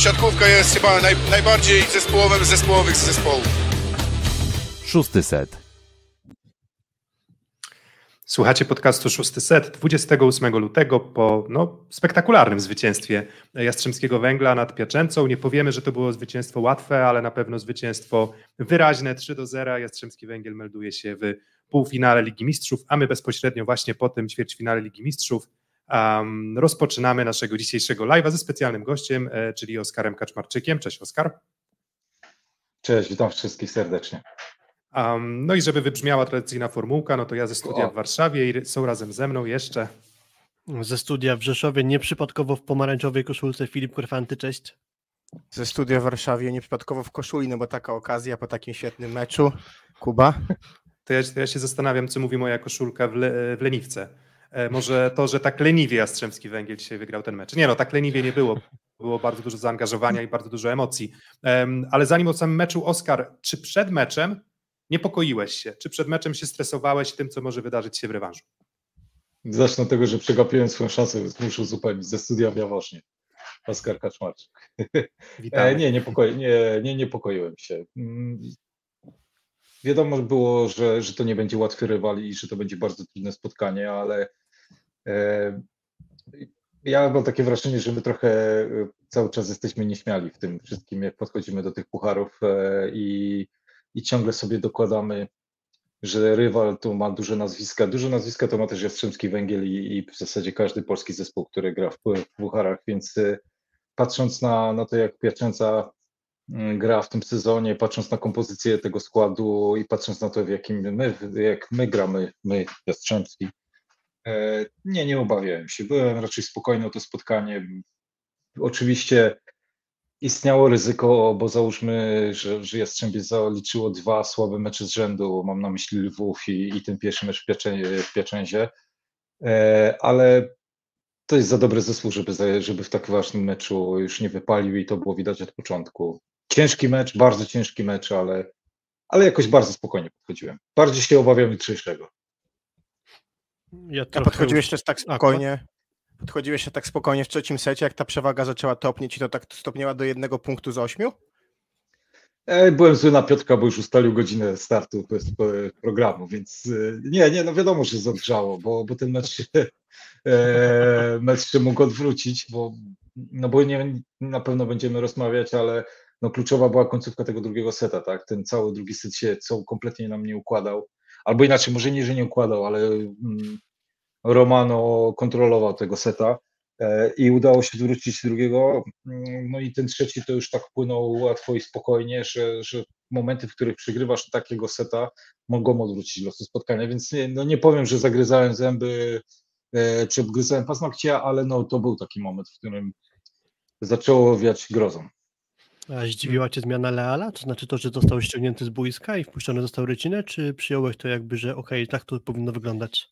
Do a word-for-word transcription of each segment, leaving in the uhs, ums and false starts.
siatkówka jest chyba naj, najbardziej zespołowym z zespołowych z zespołów. Szósty set. Słuchacie podcastu Szósty Set dwudziestego ósmego lutego po no, spektakularnym zwycięstwie Jastrzębskiego Węgla nad Piaczęcą. Nie powiemy, że to było zwycięstwo łatwe, ale na pewno zwycięstwo wyraźne, trzy do zera. Jastrzębski Węgiel melduje się w półfinale Ligi Mistrzów, a my bezpośrednio właśnie po tym ćwierćfinale Ligi Mistrzów um, rozpoczynamy naszego dzisiejszego live'a ze specjalnym gościem, e, czyli Oskarem Kaczmarczykiem. Cześć Oskar. Cześć, witam wszystkich serdecznie. Um, no i żeby wybrzmiała tradycyjna formułka, no to ja ze studia o. w Warszawie i są razem ze mną jeszcze ze studia w Rzeszowie, nieprzypadkowo w pomarańczowej koszulce Filip Korfanty, cześć. Ze studia w Warszawie, nieprzypadkowo w koszuli, no bo taka okazja po takim świetnym meczu. Kuba? To ja, to ja się zastanawiam, co mówi moja koszulka w, le, w leniwce. E, może to, że tak leniwie Jastrzębski Węgiel dzisiaj wygrał ten mecz. Nie no, tak leniwie nie było. Było bardzo dużo zaangażowania i bardzo dużo emocji. Um, ale zanim o samym meczu, Oskar, czy przed meczem niepokoiłeś się? Czy przed meczem się stresowałeś tym, co może wydarzyć się w rewanżu? Zacznę od tego, że przegapiłem swoją szansę, więc muszę uzupełnić ze studia w Jaworznie. Oskar Kaczmarczyk. Witamy. nie, niepokoi, nie, nie niepokoiłem się. Wiadomo było, że, że to nie będzie łatwy rywal i że to będzie bardzo trudne spotkanie, ale e, ja mam takie wrażenie, że my trochę cały czas jesteśmy nieśmiali w tym wszystkim, jak podchodzimy do tych pucharów e, i I ciągle sobie dokładamy, że rywal tu ma duże nazwiska. Duże nazwiska to ma też Jastrzębski Węgiel i, i w zasadzie każdy polski zespół, który gra w, w pucharach, więc y, patrząc na, na to, jak Piaczęca y, gra w tym sezonie, patrząc na kompozycję tego składu i patrząc na to, w jakim my, jak my gramy, my Jastrzębski, y, nie, nie obawiałem się. Byłem raczej spokojny o to spotkanie. Oczywiście istniało ryzyko, bo załóżmy, że, że Jastrzębie zaliczyło dwa słabe mecze z rzędu, mam na myśli Lwów i, i ten pierwszy mecz w, Piaczę, w Piaczęzie, e, ale to jest za dobry zespół, żeby, żeby w tak ważnym meczu już nie wypalił i to było widać od początku. Ciężki mecz, bardzo ciężki mecz, ale, ale jakoś bardzo spokojnie podchodziłem. Bardziej się obawiam jutrzejszego. Ja A podchodziłeś też tak spokojnie. Podchodziłeś się tak spokojnie w trzecim secie, jak ta przewaga zaczęła topnieć i to tak stopniała do jednego punktu z ośmiu? Byłem zły na Piotrka, bo już ustalił godzinę startu programu, więc nie, nie, no wiadomo, że zadrżało, bo, bo ten mecz, mecz się mógł odwrócić, bo, no bo nie, na pewno będziemy rozmawiać, ale no kluczowa była końcówka tego drugiego seta, tak? Ten cały drugi set się co kompletnie nam nie układał, albo inaczej, może nie, że nie układał, ale mm, Romano kontrolował tego seta i udało się wrócić drugiego, no i ten trzeci to już tak płynął łatwo i spokojnie, że, że momenty, w których przegrywasz takiego seta, mogą odwrócić losy spotkania, więc nie, no nie powiem, że zagryzałem zęby czy obgryzałem paznokcie, ale no to był taki moment, w którym zaczęło wiać grozą. A zdziwiła cię zmiana Leala? To znaczy to, że został ściągnięty z boiska i wpuszczony został Rycinę, czy przyjąłeś to jakby, że okej, okay, tak to powinno wyglądać?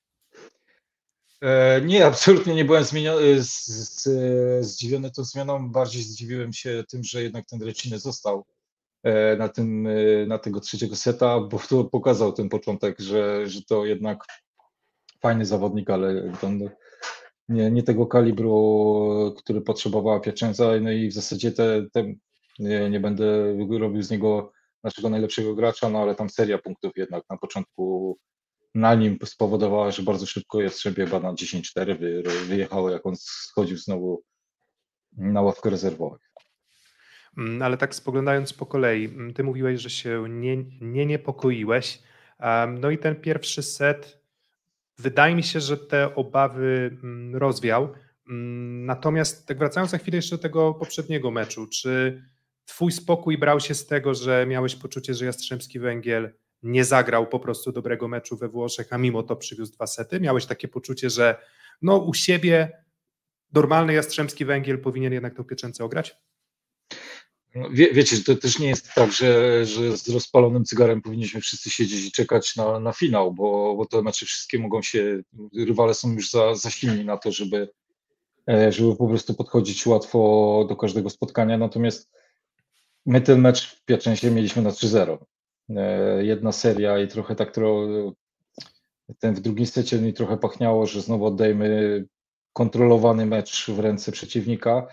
Nie, absolutnie nie byłem zmieniony, z, z, zdziwiony tą zmianą, bardziej zdziwiłem się tym, że jednak ten Rycinę został na, tym, na tego trzeciego seta, bo to pokazał ten początek, że, że to jednak fajny zawodnik, ale ten, nie, nie tego kalibru, który potrzebowała Piaczęca, no i w zasadzie te, te, nie, nie będę robił z niego naszego najlepszego gracza, no ale tam seria punktów jednak na początku na nim spowodowała, że bardzo szybko Jastrzębie chyba na dziesięć cztery wy, wyjechało, jak on schodził znowu na ławkę rezerwowych. Ale tak spoglądając po kolei, ty mówiłeś, że się nie, nie niepokoiłeś, no i ten pierwszy set, wydaje mi się, że te obawy rozwiał, natomiast tak wracając na chwilę jeszcze do tego poprzedniego meczu, czy twój spokój brał się z tego, że miałeś poczucie, że Jastrzębski Węgiel nie zagrał po prostu dobrego meczu we Włoszech, a mimo to przywiózł dwa sety? Miałeś takie poczucie, że no u siebie normalny Jastrzębski Węgiel powinien jednak tę Piaczęcę ograć? No, wie, wiecie, to też nie jest tak, że, że z rozpalonym cygarem powinniśmy wszyscy siedzieć i czekać na, na finał, bo, bo te mecze wszystkie mogą się, rywale są już za, za silni na to, żeby, żeby po prostu podchodzić łatwo do każdego spotkania, natomiast my ten mecz w Piaczęcie mieliśmy na trzy zero. Jedna seria i trochę tak tro, ten w drugim secie mi trochę pachniało, że znowu oddajemy kontrolowany mecz w ręce przeciwnika.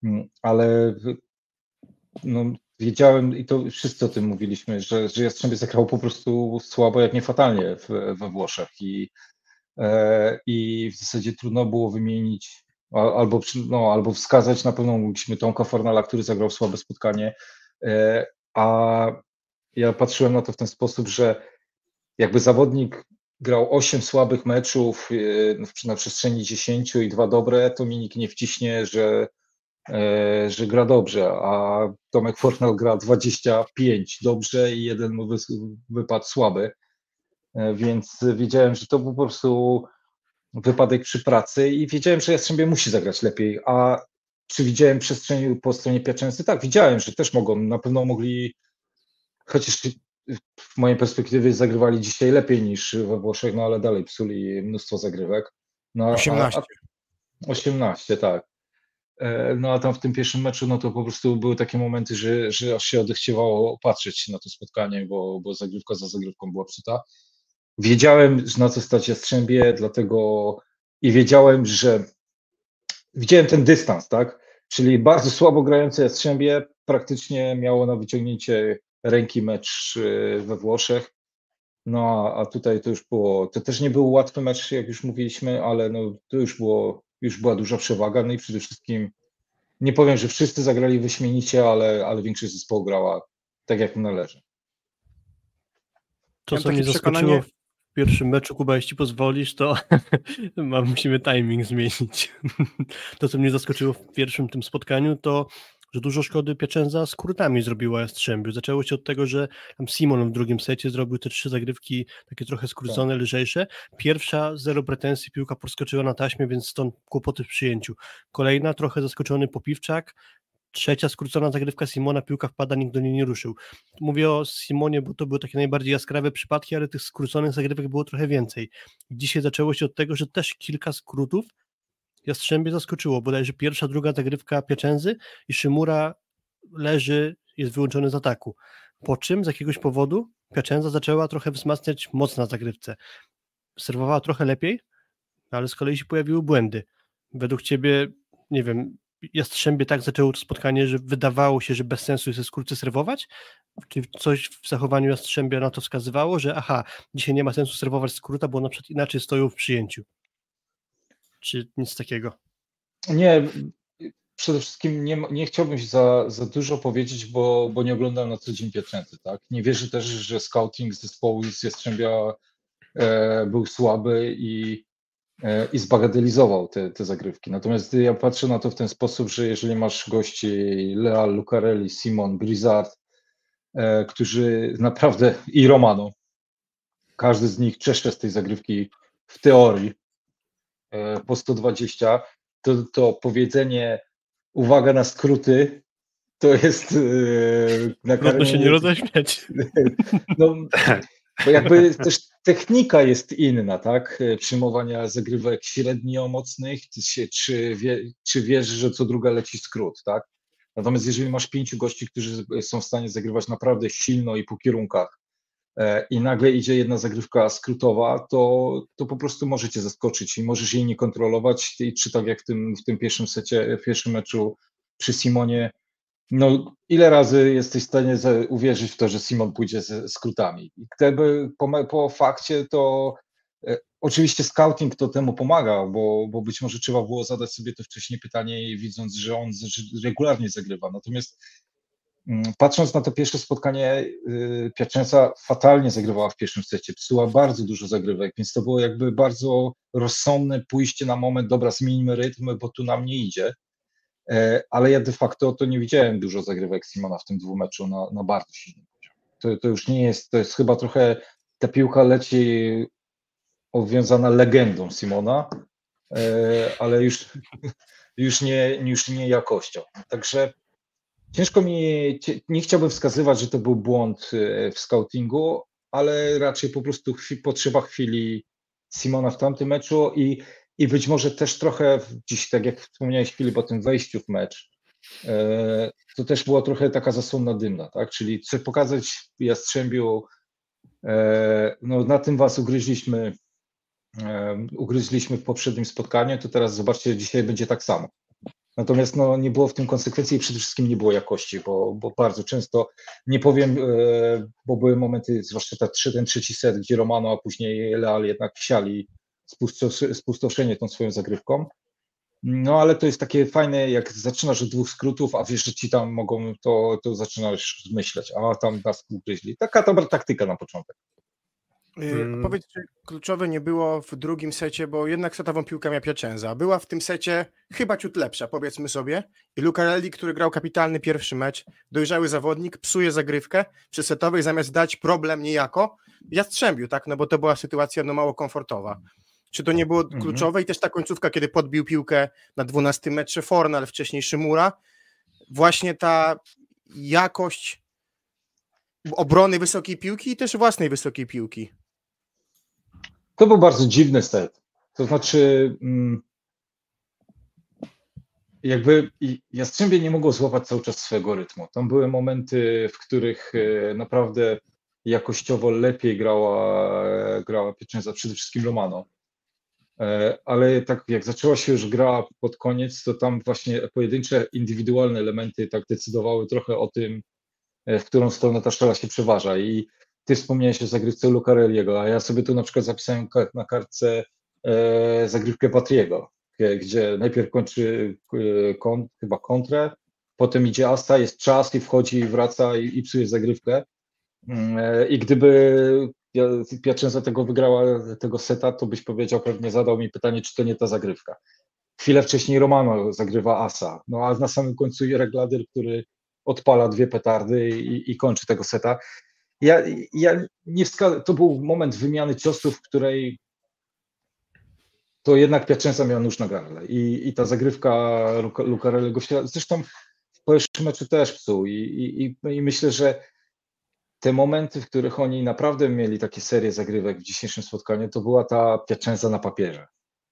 ale no, wiedziałem i to wszyscy o tym mówiliśmy, że, że Jastrzębie zagrało po prostu słabo, jak nie fatalnie w, we Włoszech i, e, i w zasadzie trudno było wymienić albo, no, albo wskazać, na pewno mogliśmy Tomka Fornala, który zagrał słabe spotkanie, e, a ja patrzyłem na to w ten sposób, że jakby zawodnik grał osiem słabych meczów e, na przestrzeni dziesięciu i dwa dobre, to mi nikt nie wciśnie, że że gra dobrze, a Tomek Fornal gra dwadzieścia pięć dobrze i jeden mu wypadł słaby, więc wiedziałem, że to był po prostu wypadek przy pracy i wiedziałem, że Jastrzębie musi zagrać lepiej, a czy widziałem przestrzeń po stronie Piacenzy? Tak, widziałem, że też mogą, na pewno mogli, chociaż w mojej perspektywie zagrywali dzisiaj lepiej niż we Włoszech, no ale dalej psuli mnóstwo zagrywek. No, osiemnaście. A, a osiemnaście, tak. No a tam w tym pierwszym meczu, no to po prostu były takie momenty, że, że aż się odechciewało patrzeć na to spotkanie, bo, bo zagrywka za zagrywką była psuta. Wiedziałem, na co stać Jastrzębie, dlatego i wiedziałem, że widziałem ten dystans, tak? Czyli bardzo słabo grające Jastrzębie praktycznie miało na wyciągnięcie ręki mecz we Włoszech. No a tutaj to już było, to też nie był łatwy mecz, jak już mówiliśmy, ale no to już było, już była duża przewaga, no i przede wszystkim nie powiem, że wszyscy zagrali wyśmienicie, ale, ale większość zespołu grała tak, jak należy. To, Mam co takie mnie zaskoczyło przekonanie- w pierwszym meczu, Kuba, jeśli pozwolisz, to ma- musimy timing zmienić. To, co mnie zaskoczyło w pierwszym tym spotkaniu, to że dużo szkody Piacenza skrótami zrobiła Jastrzębiu. Zaczęło się od tego, że tam Simon w drugim secie zrobił te trzy zagrywki takie trochę skrócone, lżejsze. Pierwsza, zero pretensji, piłka podskoczyła na taśmie, więc stąd kłopoty w przyjęciu. Kolejna, trochę zaskoczony Popiwczak. Trzecia skrócona zagrywka Simona, piłka wpada, nikt do niej nie ruszył. Mówię o Simonie, bo to były takie najbardziej jaskrawe przypadki, ale tych skróconych zagrywek było trochę więcej. Dzisiaj zaczęło się od tego, że też kilka skrótów Jastrzębie zaskoczyło, bodajże pierwsza, druga zagrywka Piacenzy i Szymura leży, jest wyłączony z ataku. Po czym z jakiegoś powodu Piacenza zaczęła trochę wzmacniać moc na zagrywce. Serwowała trochę lepiej, ale z kolei się pojawiły błędy. Według ciebie, nie wiem, Jastrzębie tak zaczęło to spotkanie, że wydawało się, że bez sensu jest skróty serwować? Czy coś w zachowaniu Jastrzębia na to wskazywało, że aha, dzisiaj nie ma sensu serwować skróta, bo na przykład inaczej stoją w przyjęciu? Czy nic takiego? Nie, przede wszystkim nie, nie chciałbym za, za dużo powiedzieć, bo, bo nie oglądam na co dzień Piacenzy, tak? Nie wierzę też, że scouting zespołu z Jastrzębia e, był słaby i, e, i zbagatelizował te, te zagrywki. Natomiast ja patrzę na to w ten sposób, że jeżeli masz gości Leal, Lucarelli, Simon, Brizard, e, którzy naprawdę, i Romano, każdy z nich czeszcze z tej zagrywki w teorii e, po sto dwadzieścia, to, to powiedzenie uwaga na skróty, to jest yy, na Trudno się nie roześmiać. No, bo jakby też technika jest inna, tak? Przyjmowania zagrywek średnio mocnych, czy, czy, wie, czy wiesz, że co druga leci skrót, tak? Natomiast jeżeli masz pięciu gości, którzy są w stanie zagrywać naprawdę silno i po kierunkach e, i nagle idzie jedna zagrywka skrótowa, to, to po prostu możecie zaskoczyć i możesz jej nie kontrolować. I czy tak jak w tym, w tym pierwszym secie, w pierwszym meczu przy Simonie, no ile razy jesteś w stanie uwierzyć w to, że Simon pójdzie ze skrótami? I gdyby po, po fakcie to e, oczywiście scouting to temu pomaga, bo, bo być może trzeba było zadać sobie to wcześniej pytanie, widząc, że on z- regularnie zagrywa. Natomiast mm, patrząc na to pierwsze spotkanie, y, Piacenza fatalnie zagrywała w pierwszym secie, psuła bardzo dużo zagrywek, więc to było jakby bardzo rozsądne pójście na moment, dobra, zmieńmy rytm, bo tu nam nie idzie. E, ale ja de facto to nie widziałem dużo zagrywek Simona w tym dwumeczu na, na bardzo silnym poziomie. To, to już nie jest, to jest chyba trochę, ta piłka leci obwiązana legendą Simona, e, ale już, już, nie, już nie jakością. Także ciężko mi, nie chciałbym wskazywać, że to był błąd w scoutingu, ale raczej po prostu chwi, potrzeba chwili Simona w tamtym meczu i I być może też trochę dziś, tak jak wspomniałeś Filip o tym wejściu w mecz, to też była trochę taka zasłona dymna, tak? Czyli chcę pokazać Jastrzębiu, no na tym was ugryźliśmy, ugryźliśmy w poprzednim spotkaniu, to teraz zobaczcie, dzisiaj będzie tak samo. Natomiast no, nie było w tym konsekwencji i przede wszystkim nie było jakości, bo, bo bardzo często, nie powiem, e, bo były momenty, zwłaszcza ta, ten trzeci set, gdzie Romano, a później Leal jednak siali spustoszenie tą swoją zagrywką. No ale to jest takie fajne, jak zaczynasz od dwóch skrótów, a wiesz, że ci tam mogą, to, to zaczynasz myśleć, a tam nas ugryźli. Taka dobra taktyka na początek. Hmm. Powiedz, czy kluczowe nie było w drugim secie, bo jednak setową piłkę miała Piacenza. Była w tym secie chyba ciut lepsza, powiedzmy sobie. I Lucarelli, który grał kapitalny pierwszy mecz, dojrzały zawodnik, psuje zagrywkę przy setowej, zamiast dać problem niejako, jastrzębił, tak? No bo to była sytuacja no mało komfortowa. Czy to nie było mhm. kluczowe? I też ta końcówka, kiedy podbił piłkę na dwunastym metrze Fornal, wcześniej Szymura, właśnie ta jakość obrony wysokiej piłki i też własnej wysokiej piłki. To był bardzo dziwny set. To znaczy jakby Jastrzębie nie mogło złapać cały czas swojego rytmu. Tam były momenty, w których naprawdę jakościowo lepiej grała, grała Piacenza, przede wszystkim Romano. Ale tak jak zaczęła się już gra pod koniec, to tam właśnie pojedyncze, indywidualne elementy tak decydowały trochę o tym, w którą stronę ta szala się przeważa. I ty wspomniałeś o zagrywce Lucarelliego, a ja sobie tu na przykład zapisałem na kartce e, zagrywkę Patriego, gdzie najpierw kończy kon, chyba kontrę, potem idzie asa, jest czas i wchodzi, wraca i, i psuje zagrywkę. E, I gdyby Piacenza tego wygrała, tego seta, to byś powiedział, pewnie zadał mi pytanie, czy to nie ta zagrywka. Chwilę wcześniej Romano zagrywa asa, no a na samym końcu Jarek Gladyr, który odpala dwie petardy i, i kończy tego seta. Ja, ja nie wska- to był moment wymiany ciosów, w której to jednak Piacenza miała nóż na gardle i, i ta zagrywka Lucarelliego, zresztą w pierwszym meczu też psuł i, i, i myślę, że te momenty, w których oni naprawdę mieli takie serie zagrywek w dzisiejszym spotkaniu, to była ta Piacenza na papierze,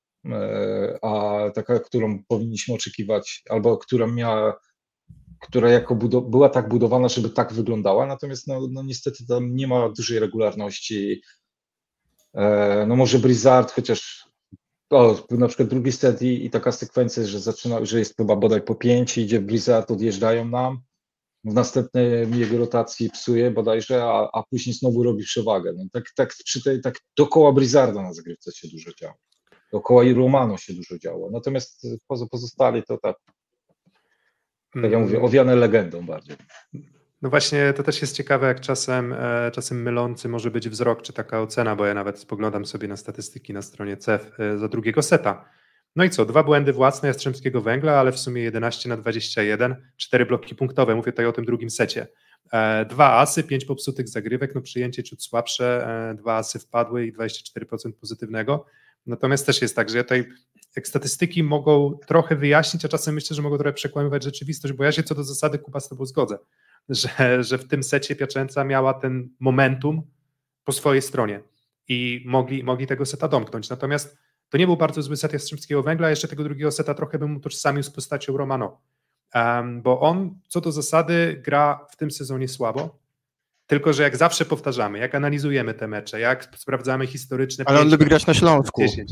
a taka, którą powinniśmy oczekiwać, albo która miała która jako budo- była tak budowana, żeby tak wyglądała, natomiast no, no niestety tam nie ma dużej regularności. E, no może Blizzard, chociaż o, na przykład drugi set i, i taka sekwencja, że zaczyna, że jest chyba bodaj po pięć, idzie Blizzard, odjeżdżają nam, w następnej jego rotacji psuje bodajże, a, a później znowu robi przewagę. No, tak, tak, przy tej, tak dookoła Blizzarda na zagrywce się dużo działo. Dookoła i Romano się dużo działo. Natomiast poza pozostali to tak, tak ja mówię, owiane legendą bardziej. No właśnie, to też jest ciekawe, jak czasem, e, czasem mylący może być wzrok, czy taka ocena, bo ja nawet spoglądam sobie na statystyki na stronie C E F e, za drugiego seta. No i co, dwa błędy własne Jastrzębskiego Węgla, ale w sumie jedenaście na dwadzieścia jeden, cztery bloki punktowe, mówię tutaj o tym drugim secie. E, dwa asy, pięć popsutych zagrywek, no przyjęcie ciut słabsze, e, dwa asy wpadły i dwadzieścia cztery procent pozytywnego. Natomiast też jest tak, że ja tutaj, jak statystyki mogą trochę wyjaśnić, a czasem myślę, że mogą trochę przekłamywać rzeczywistość, bo ja się co do zasady, Kuba, z tobą zgodzę, że, że w tym secie Piacenza miała ten momentum po swojej stronie i mogli, mogli tego seta domknąć. Natomiast to nie był bardzo zły set Jastrzębskiego Węgla, jeszcze tego drugiego seta trochę bym utożsamił z postacią Romano, um, bo on co do zasady gra w tym sezonie słabo, tylko że jak zawsze powtarzamy, jak analizujemy te mecze, jak sprawdzamy historyczne... Ale on lubi grać na Śląsku. dziesięć.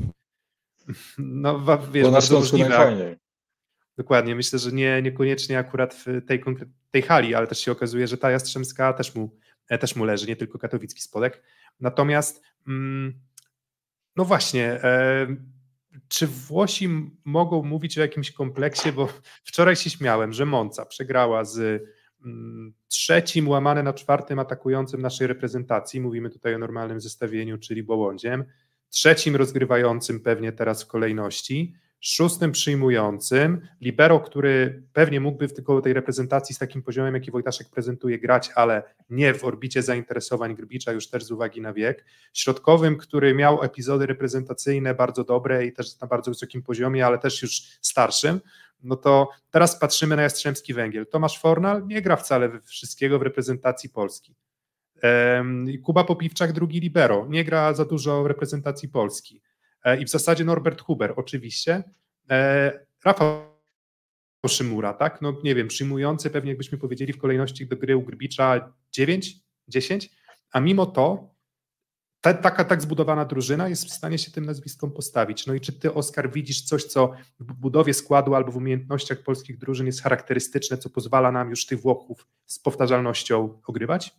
No wiesz, bo na bardzo Śląsku możliwe. najfajniej. Dokładnie, myślę, że nie, niekoniecznie akurat w tej, tej hali, ale też się okazuje, że ta Jastrzębska też mu, też mu leży, nie tylko katowicki spodek. Natomiast mm, no właśnie, e, czy Włosi mogą mówić o jakimś kompleksie, bo wczoraj się śmiałem, że Monza przegrała z mm, trzecim łamane na czwartym atakującym naszej reprezentacji, mówimy tutaj o normalnym zestawieniu, czyli Bołądziem, trzecim rozgrywającym pewnie teraz w kolejności, szóstym przyjmującym, libero, który pewnie mógłby w tylko tej reprezentacji z takim poziomem, jaki Wojtaszek prezentuje, grać, ale nie w orbicie zainteresowań Grbicza, już też z uwagi na wiek, środkowym, który miał epizody reprezentacyjne bardzo dobre i też na bardzo wysokim poziomie, ale też już starszym, no to teraz patrzymy na Jastrzębski Węgiel. Tomasz Fornal nie gra wcale wszystkiego w reprezentacji Polski. Kuba Popiwczak, drugi libero, nie gra za dużo w reprezentacji Polski. I w zasadzie Norbert Huber, oczywiście. Rafał Szymura, tak? No nie wiem, przyjmujący pewnie jakbyśmy powiedzieli w kolejności do gry u Grbicza dziewięć, dziesięć, a mimo to ta, taka tak zbudowana drużyna jest w stanie się tym nazwiskom postawić. No i czy ty, Oskar, widzisz coś, co w budowie składu albo w umiejętnościach polskich drużyn jest charakterystyczne, co pozwala nam już tych Włochów z powtarzalnością ogrywać?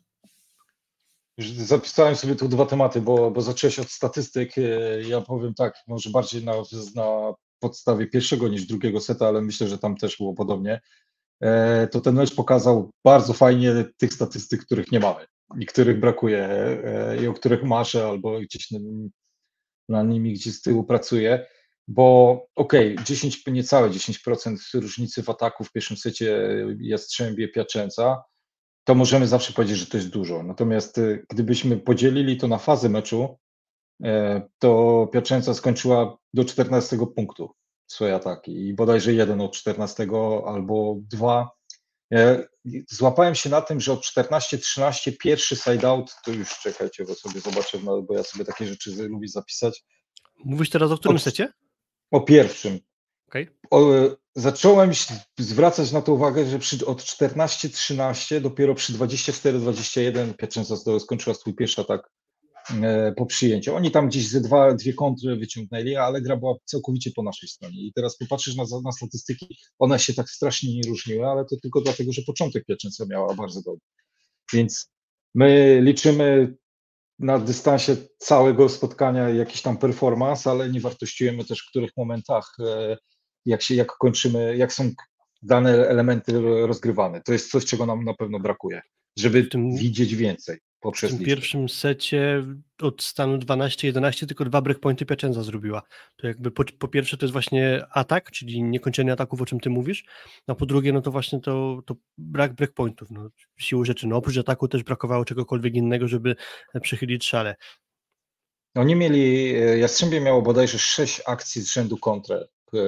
Zapisałem sobie tu dwa tematy, bo, bo zacząłeś od statystyk. Ja powiem tak, może bardziej na, na podstawie pierwszego niż drugiego seta, ale myślę, że tam też było podobnie. To ten mecz pokazał bardzo fajnie tych statystyk, których nie mamy i których brakuje i o których marzę albo gdzieś na, na nimi gdzieś z tyłu pracuję, bo okej, okay, dziesięć, niecałe dziesięć procent różnicy w ataku w pierwszym secie Jastrzębie Piacenza, to możemy zawsze powiedzieć, że to jest dużo. Natomiast gdybyśmy podzielili to na fazy meczu, to Piacenza skończyła do czternastego punktu swoje ataki i bodajże jeden od czternastego albo dwa. Złapałem się na tym, że od czternaście trzynaście pierwszy side-out, to już czekajcie, bo sobie zobaczę, no, bo ja sobie takie rzeczy lubię zapisać. Mówisz teraz o którym od, secie? O pierwszym. Okay. O, zacząłem zwracać na to uwagę, że przy, od czternaście trzynaście dopiero przy dwadzieścia cztery dwadzieścia jeden Piacenza skończyła swój pierwszy atak e, po przyjęciu. Oni tam gdzieś ze dwa, dwie kontry wyciągnęli, ale gra była całkowicie po naszej stronie. I teraz popatrzysz na, na statystyki, one się tak strasznie nie różniły, ale to tylko dlatego, że początek Piacenza miała bardzo dobry. Więc my liczymy na dystansie całego spotkania jakiś tam performance, ale nie wartościujemy też w których momentach, jak się, jak kończymy, jak są dane elementy rozgrywane. To jest coś, czego nam na pewno brakuje, żeby tym, widzieć więcej poprzez w tym liczbę. pierwszym secie od stanu dwanaście jedenaście tylko dwa breakpointy Piacenza zrobiła. To jakby po, po pierwsze to jest właśnie atak, czyli niekończenie ataków, o czym ty mówisz, a po drugie no to właśnie to, to brak breakpointów. No, siłą rzeczy, no oprócz ataku też brakowało czegokolwiek innego, żeby przechylić szale. Oni mieli, Jastrzębie miało bodajże sześć akcji z rzędu kontrę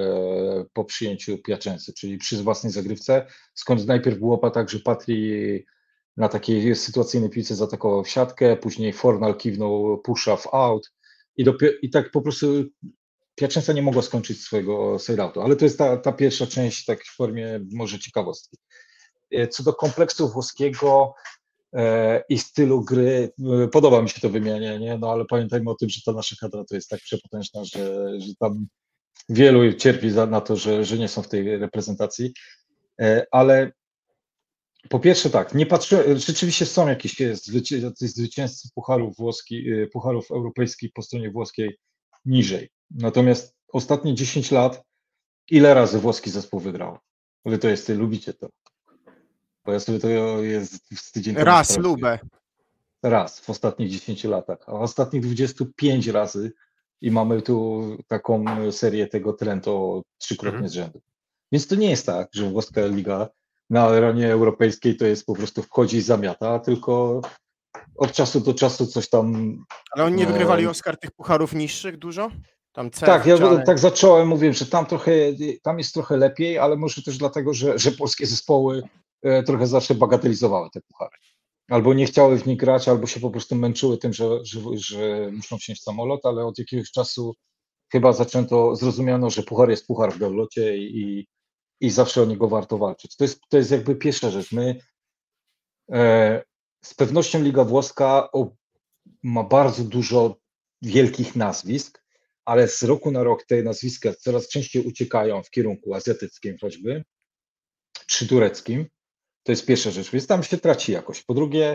po przyjęciu Piacenzy, czyli przy własnej zagrywce, skąd najpierw było tak, że Patri na takiej sytuacyjnej piłce zaatakował w siatkę, później Fornal kiwnął pusha w out i, dopiero, i tak po prostu Piacenza nie mogła skończyć swojego side-outu, ale to jest ta, ta pierwsza część tak w formie może ciekawostki. Co do kompleksu włoskiego e, i stylu gry, e, podoba mi się to wymienienie, no ale pamiętajmy o tym, że ta nasza kadra to jest tak przepotężna, że, że tam wielu cierpi za, na to, że, że nie są w tej reprezentacji, e, ale po pierwsze tak, nie patrzę, rzeczywiście są jakieś zwycię, zwycięzcy pucharów włoskich, pucharów europejskich po stronie włoskiej niżej. Natomiast ostatnie dziesięć lat, ile razy włoski zespół wygrał? Wy to jest, lubicie to. Bo ja sobie to jest z tydzień temu Raz, lubę. Raz w ostatnich dziesięciu latach, a w ostatnich dwudziestu pięciu razy i mamy tu taką serię tego trendu trzykrotnie z rzędu. Więc to nie jest tak, że włoska liga na arenie europejskiej to jest po prostu wchodzi i zamiata, tylko od czasu do czasu coś tam... Ale oni nie wygrywali, Oskar, tych pucharów niższych dużo? Tam C F, tak, ja Challenge. tak zacząłem, mówię, że tam trochę, tam jest trochę lepiej, ale może też dlatego, że, że polskie zespoły trochę zawsze bagatelizowały te puchary. Albo nie chciały w nich grać, albo się po prostu męczyły tym, że, że, że muszą wsiąść w samolot, ale od jakiegoś czasu chyba zaczęto, zrozumiano, że puchar jest puchar w gablocie i, i zawsze o niego warto walczyć. To jest, to jest jakby pierwsza rzecz. My e, z pewnością Liga Włoska o, ma bardzo dużo wielkich nazwisk, ale z roku na rok te nazwiska coraz częściej uciekają w kierunku azjatyckim choćby, czy tureckim. To jest pierwsza rzecz, więc tam się traci jakoś. Po drugie,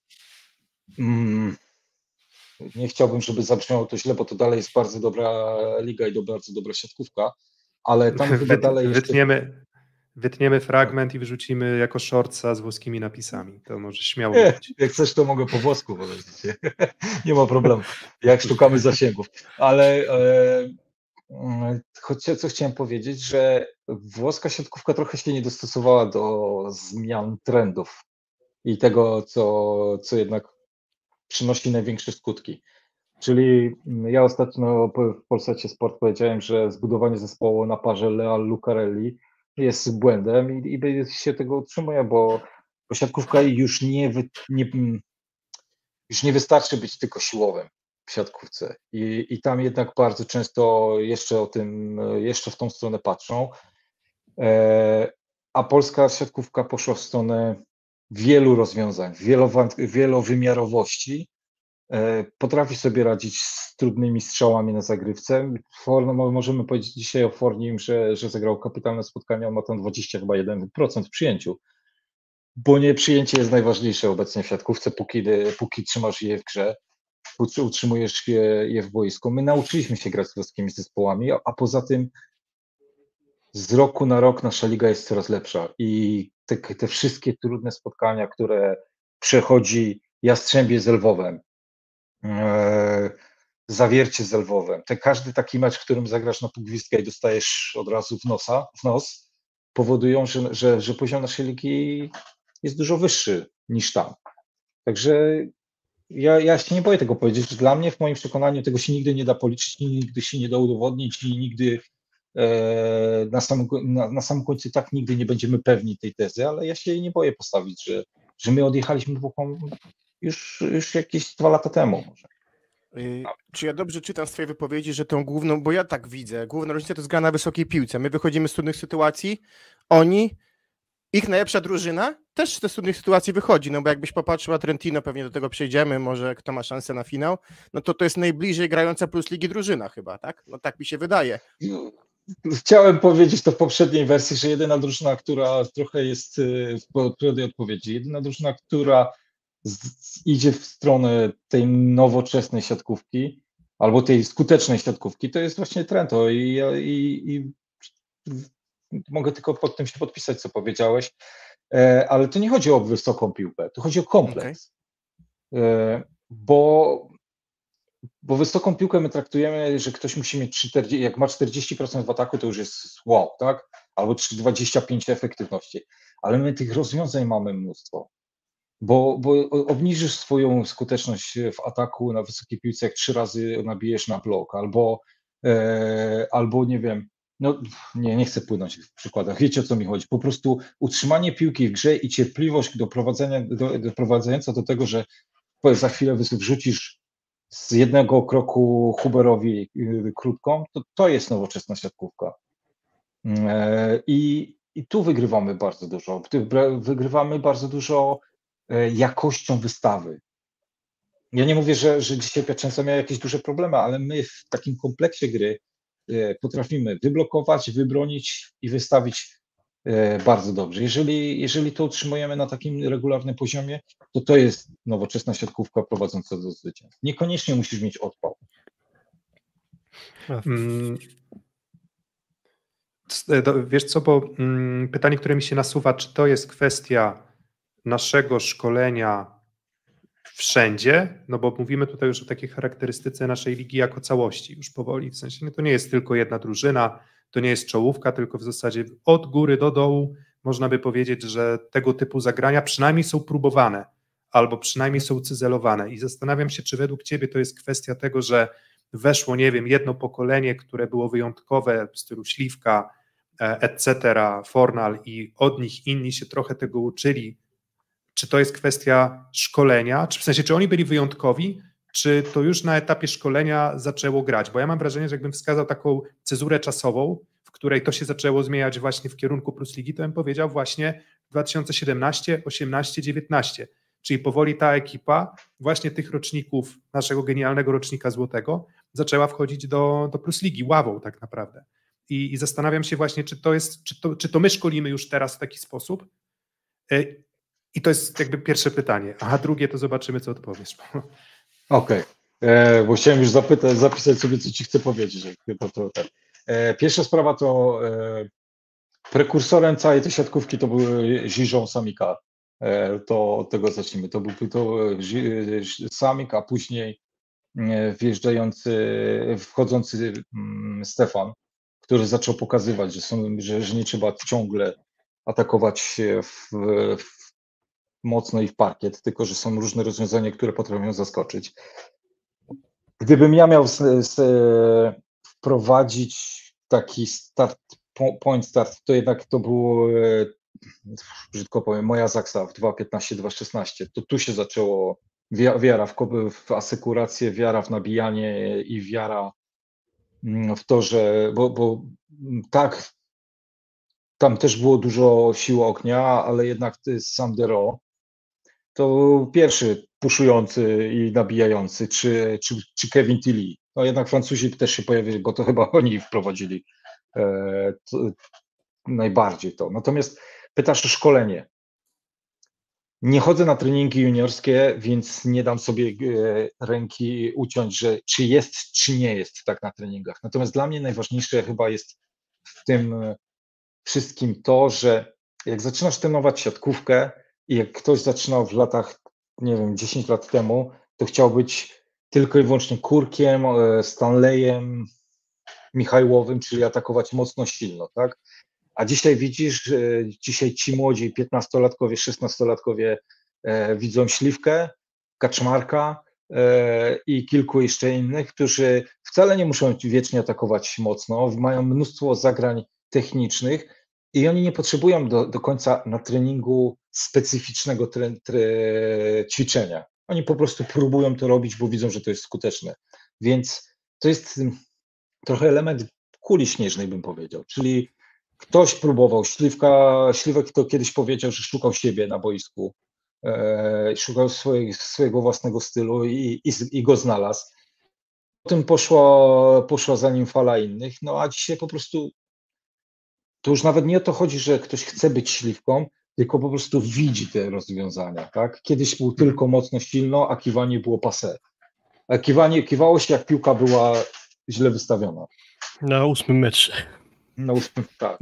mm, nie chciałbym, żeby zabrzmiało to źle, bo to dalej jest bardzo dobra liga i do, bardzo dobra siatkówka, ale tam chyba Wyt, dalej jeszcze... Wytniemy, wytniemy fragment i wyrzucimy jako shortsa z włoskimi napisami. To może śmiało Nie, być. jak chcesz, to mogę po włosku powiedzieć. Nie ma problemu, jak szukamy zasięgów. Ale e, choć co chciałem powiedzieć, że włoska siatkówka trochę się nie dostosowała do zmian trendów i tego, co, co jednak przynosi największe skutki. Czyli ja ostatnio w Polsacie Sport powiedziałem, że zbudowanie zespołu na parze Leal-Lucarelli jest błędem i, i się tego utrzymuje, bo, bo siatkówka już nie, wy, nie, już nie wystarczy być tylko siłowym w siatkówce. I, I tam jednak bardzo często jeszcze o tym, jeszcze w tą stronę patrzą. E, a polska siatkówka poszła w stronę wielu rozwiązań, wielowa, wielowymiarowości, potrafi sobie radzić z trudnymi strzałami na zagrywce. For, możemy powiedzieć dzisiaj o Fornim, że, że zagrał kapitalne spotkanie, on ma tam dwadzieścia chyba jeden procent w przyjęciu, bo nie przyjęcie jest najważniejsze obecnie w siatkówce, póki, póki trzymasz je w grze, utrzymujesz je, je w boisku. My nauczyliśmy się grać z polskimi zespołami, a, a poza tym z roku na rok nasza liga jest coraz lepsza i te, te wszystkie trudne spotkania, które przechodzi Jastrzębie z Lwowem, e, Zawiercie z Lwowem, te, każdy taki mecz, w którym zagrasz na pół gwizdka i dostajesz od razu w, nosa, w nos, powodują, że, że, że poziom naszej ligi jest dużo wyższy niż tam. Także ja, ja się nie boję tego powiedzieć, że dla mnie w moim przekonaniu tego się nigdy nie da policzyć, nigdy się nie da udowodnić i nigdy e, na, samym, na, na samym końcu tak nigdy nie będziemy pewni tej tezy, ale ja się jej nie boję postawić, że, że my odjechaliśmy dwóch już, już jakieś dwa lata temu może. Yy, czy ja dobrze czytam z twojej wypowiedzi, że tą główną, bo ja tak widzę, główna różnica to jest gra na wysokiej piłce. My wychodzimy z trudnych sytuacji, oni, ich najlepsza drużyna też z tych trudnych sytuacji wychodzi, no bo jakbyś popatrzył na Trentino, pewnie do tego przejdziemy, może kto ma szansę na finał, no to to jest najbliżej grająca plus ligi drużyna chyba, tak? No tak mi się wydaje. Chciałem powiedzieć to w poprzedniej wersji, że jedyna drużyna, która trochę jest w odpowiedniej odpowiedzi, jedyna drużyna, która z, idzie w stronę tej nowoczesnej siatkówki, albo tej skutecznej siatkówki, to jest właśnie Trento i, i, i mogę tylko pod tym się podpisać, co powiedziałeś, ale to nie chodzi o wysoką piłkę, to chodzi o kompleks, okay. bo, bo wysoką piłkę my traktujemy, że ktoś musi mieć czterdzieści, jak ma czterdzieści procent w ataku, to już jest wow, tak? Albo dwadzieścia pięć procent efektywności, ale my tych rozwiązań mamy mnóstwo. Bo, bo obniżysz swoją skuteczność w ataku na wysokiej piłce, jak trzy razy nabijesz na blok, albo, e, albo nie wiem, no nie, nie chcę płynąć w przykładach, wiecie o co mi chodzi, po prostu utrzymanie piłki w grze i cierpliwość doprowadzenia, do, doprowadzająca do tego, że za chwilę wrzucisz z jednego kroku Huberowi krótką, to to jest nowoczesna siatkówka. E, i, I tu wygrywamy bardzo dużo, wygrywamy bardzo dużo jakością wystawy. Ja nie mówię, że, że dzisiaj Piacenza miała jakieś duże problemy, ale my w takim kompleksie gry potrafimy wyblokować, wybronić i wystawić bardzo dobrze. Jeżeli, jeżeli to utrzymujemy na takim regularnym poziomie, to to jest nowoczesna siatkówka prowadząca do zwycięstwa. Niekoniecznie musisz mieć odpał. Hmm. Wiesz co, bo hmm, pytanie, które mi się nasuwa, czy to jest kwestia naszego szkolenia wszędzie, no bo mówimy tutaj już o takiej charakterystyce naszej ligi jako całości, już powoli, w sensie no to nie jest tylko jedna drużyna, to nie jest czołówka, tylko w zasadzie od góry do dołu można by powiedzieć, że tego typu zagrania przynajmniej są próbowane, albo przynajmniej są cyzelowane i zastanawiam się, czy według ciebie to jest kwestia tego, że weszło, nie wiem, jedno pokolenie, które było wyjątkowe, w stylu Śliwka, et cetera, Fornal i od nich inni się trochę tego uczyli. Czy to jest kwestia szkolenia, czy w sensie, czy oni byli wyjątkowi, czy to już na etapie szkolenia zaczęło grać? Bo ja mam wrażenie, że jakbym wskazał taką cezurę czasową, w której to się zaczęło zmieniać właśnie w kierunku Plus Ligi, to bym powiedział właśnie dwa tysiące siedemnaście, osiemnaście, dziewiętnaście. Czyli powoli ta ekipa właśnie tych roczników, naszego genialnego rocznika złotego, zaczęła wchodzić do, do Plus Ligi ławą tak naprawdę. I, i zastanawiam się właśnie, czy to jest, czy to, czy to my szkolimy już teraz w taki sposób? I to jest jakby pierwsze pytanie, a drugie to zobaczymy, co odpowiesz. Okej, okay. Bo chciałem już zapytać, zapisać sobie, co ci chcę powiedzieć. To, to, tak. E, pierwsza sprawa to e, prekursorem całej tej siatkówki to był Ziżą Samika. E, to od tego zacznijmy. To był to Samik, a później wjeżdżający, wchodzący um, Stefan, który zaczął pokazywać, że, są, że, że nie trzeba ciągle atakować w, w mocno i w parkiet, tylko że są różne rozwiązania, które potrafią zaskoczyć. Gdybym ja miał z, z, wprowadzić taki start, point start, to jednak to było, brzydko powiem, moja Zaksa w dwa piętnaście dwa szesnaście. To tu się zaczęło wiara w, w asekurację, wiara w nabijanie i wiara w to, że, bo, bo tak, tam też było dużo siły ognia, ale jednak sam Dero to był pierwszy puszujący i nabijający, czy, czy, czy Kevin Tilly. No jednak Francuzi też się pojawili, bo to chyba oni wprowadzili e, to, najbardziej to. Natomiast pytasz o szkolenie. Nie chodzę na treningi juniorskie, więc nie dam sobie e, ręki uciąć, że czy jest, czy nie jest tak na treningach. Natomiast dla mnie najważniejsze chyba jest w tym wszystkim to, że jak zaczynasz trenować siatkówkę i jak ktoś zaczynał w latach, nie wiem, dziesięć lat temu, to chciał być tylko i wyłącznie Kurkiem, Stanleyem, Michajłowym, czyli atakować mocno, silno, tak? A dzisiaj widzisz, że dzisiaj ci młodzi piętnastolatkowie, szesnastolatkowie e, widzą Śliwkę, Kaczmarka e, i kilku jeszcze innych, którzy wcale nie muszą wiecznie atakować mocno, mają mnóstwo zagrań technicznych i oni nie potrzebują do, do końca na treningu specyficznego tre, tre, ćwiczenia. Oni po prostu próbują to robić, bo widzą, że to jest skuteczne. Więc to jest trochę element kuli śnieżnej, bym powiedział, czyli ktoś próbował, Śliwka, Śliwek to kiedyś powiedział, że szukał siebie na boisku, e, szukał swojej, swojego własnego stylu i, i, i go znalazł. Potem poszła, poszła za nim fala innych, no a dzisiaj po prostu to już nawet nie o to chodzi, że ktoś chce być Śliwką, tylko po prostu widzi te rozwiązania, tak? Kiedyś był tylko mocno silno, a kiwanie było passé. A kiwanie, kiwało się, jak piłka była źle wystawiona. Na ósmym metrze. Na ósmym, tak.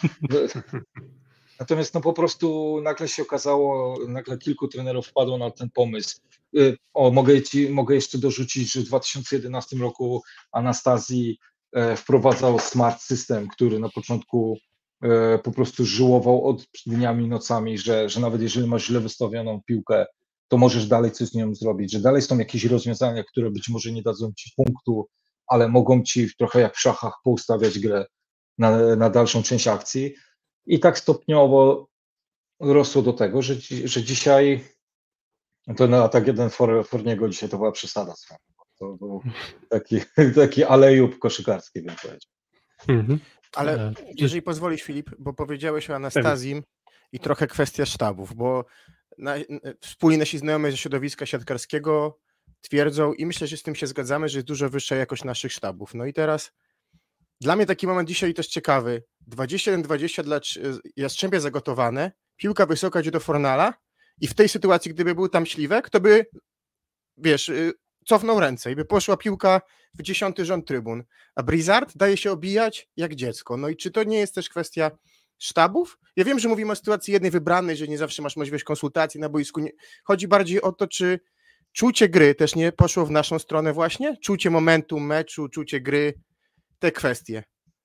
Natomiast no po prostu nagle się okazało, nagle kilku trenerów wpadło na ten pomysł. O, mogę, ci, mogę jeszcze dorzucić, że w dwa tysiące jedenastym roku Anastazji wprowadzał smart system, który na początku po prostu żyłował od dniami i nocami, że, że nawet jeżeli masz źle wystawioną piłkę, to możesz dalej coś z nią zrobić, że dalej są jakieś rozwiązania, które być może nie dadzą ci punktu, ale mogą ci trochę jak w szachach poustawiać grę na, na dalszą część akcji. I tak stopniowo rosło do tego, że, że dzisiaj, to na atak jeden For, Forniego dzisiaj to była przesada. To był taki, taki alejub koszykarski, bym powiedział. Mhm. Ale jeżeli pozwolisz, Filip, bo powiedziałeś o Anastazji i trochę kwestia sztabów, bo na, wspólni nasi znajomi ze środowiska siatkarskiego twierdzą i myślę, że z tym się zgadzamy, że jest dużo wyższa jakość naszych sztabów. No i teraz dla mnie taki moment dzisiaj też ciekawy. dwadzieścia jeden dwadzieścia dla Jastrzębia zagotowane, piłka wysoka idzie do Fornala i w tej sytuacji, gdyby był tam Śliwek, to by, wiesz, cofnął ręce i by poszła piłka w dziesiąty rząd trybun. A Blizzard daje się obijać jak dziecko. No i czy to nie jest też kwestia sztabów? Ja wiem, że mówimy o sytuacji jednej wybranej, że nie zawsze masz możliwość konsultacji na boisku. Nie. Chodzi bardziej o to, czy czucie gry też nie poszło w naszą stronę właśnie? Czucie momentu meczu, czucie gry, te kwestie.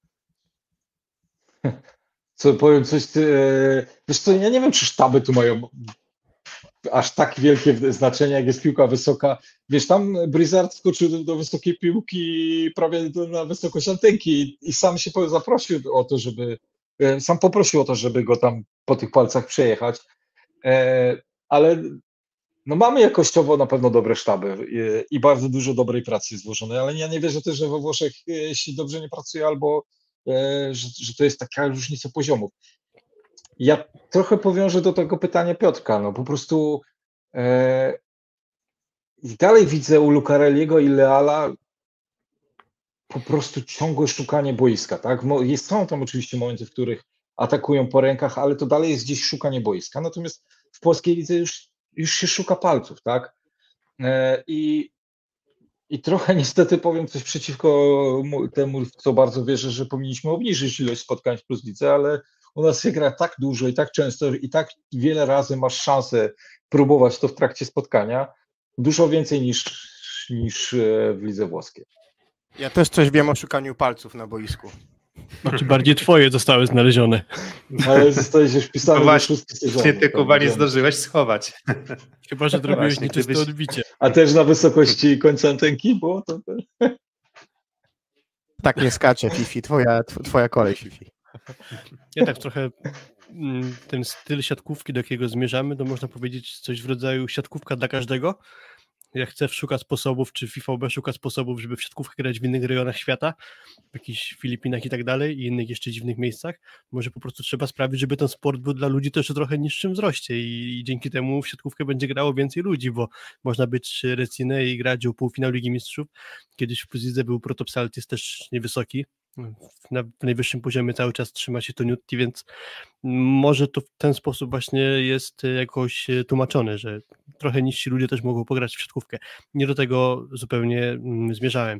Co powiem coś, ty, wiesz co, ja nie wiem, czy sztaby tu mają aż tak wielkie znaczenie, jak jest piłka wysoka. Wiesz, tam Blizzard skoczył do, do wysokiej piłki prawie do, na wysokość antenki i sam się zaprosił o to, żeby, sam poprosił o to, żeby go tam po tych palcach przejechać, e, ale no mamy jakościowo na pewno dobre sztaby i, i bardzo dużo dobrej pracy jest włożonej, ale ja nie wierzę też, że we Włoszech jeśli dobrze nie pracuje albo e, że, że to jest taka różnica poziomów. Ja trochę powiążę do tego pytania Piotrka, no po prostu e, dalej widzę u Lucarelliego i Leala po prostu ciągłe szukanie boiska, tak? Jest, są tam oczywiście momenty, w których atakują po rękach, ale to dalej jest gdzieś szukanie boiska, natomiast w polskiej lidze już, już się szuka palców, tak? E, i, I trochę niestety powiem coś przeciwko temu, w co bardzo wierzę, że powinniśmy obniżyć ilość spotkań w Plus Lidze, ale u nas się gra tak dużo i tak często i tak wiele razy masz szansę próbować to w trakcie spotkania, dużo więcej niż, niż w lidze włoskiej. Ja też coś wiem o szukaniu palców na boisku. Znaczy bardziej twoje zostały znalezione. Ale zostałeś już wpisany no do właśnie, szóstej sezonu. Ty, Kuba, nie zdążyłeś schować. Chyba, że zrobiłeś Właśnie, nieczyste gdybyś... odbicie. A też na wysokości końca antenki było to? Tak nie skacze, Fifi. Twoja, twoja kolej, Fifi. Ja tak trochę ten styl siatkówki, do jakiego zmierzamy, to można powiedzieć coś w rodzaju siatkówka dla każdego. jak C E F szuka sposobów, czy F I V B szuka sposobów, żeby w siatkówkę grać w innych rejonach świata, w jakichś Filipinach i tak dalej, i innych jeszcze dziwnych miejscach, może po prostu trzeba sprawić, żeby ten sport był dla ludzi też o trochę niższym wzroście i, i dzięki temu w siatkówkę będzie grało więcej ludzi, bo można być Recinę i grać o półfinał Ligi Mistrzów. Kiedyś w Plus-lidze był Protopsaltis też niewysoki, na najwyższym poziomie cały czas trzyma się to Newty, więc może to w ten sposób właśnie jest jakoś tłumaczone, że trochę niżsi ludzie też mogą pograć w siatkówkę. Nie do tego zupełnie zmierzałem.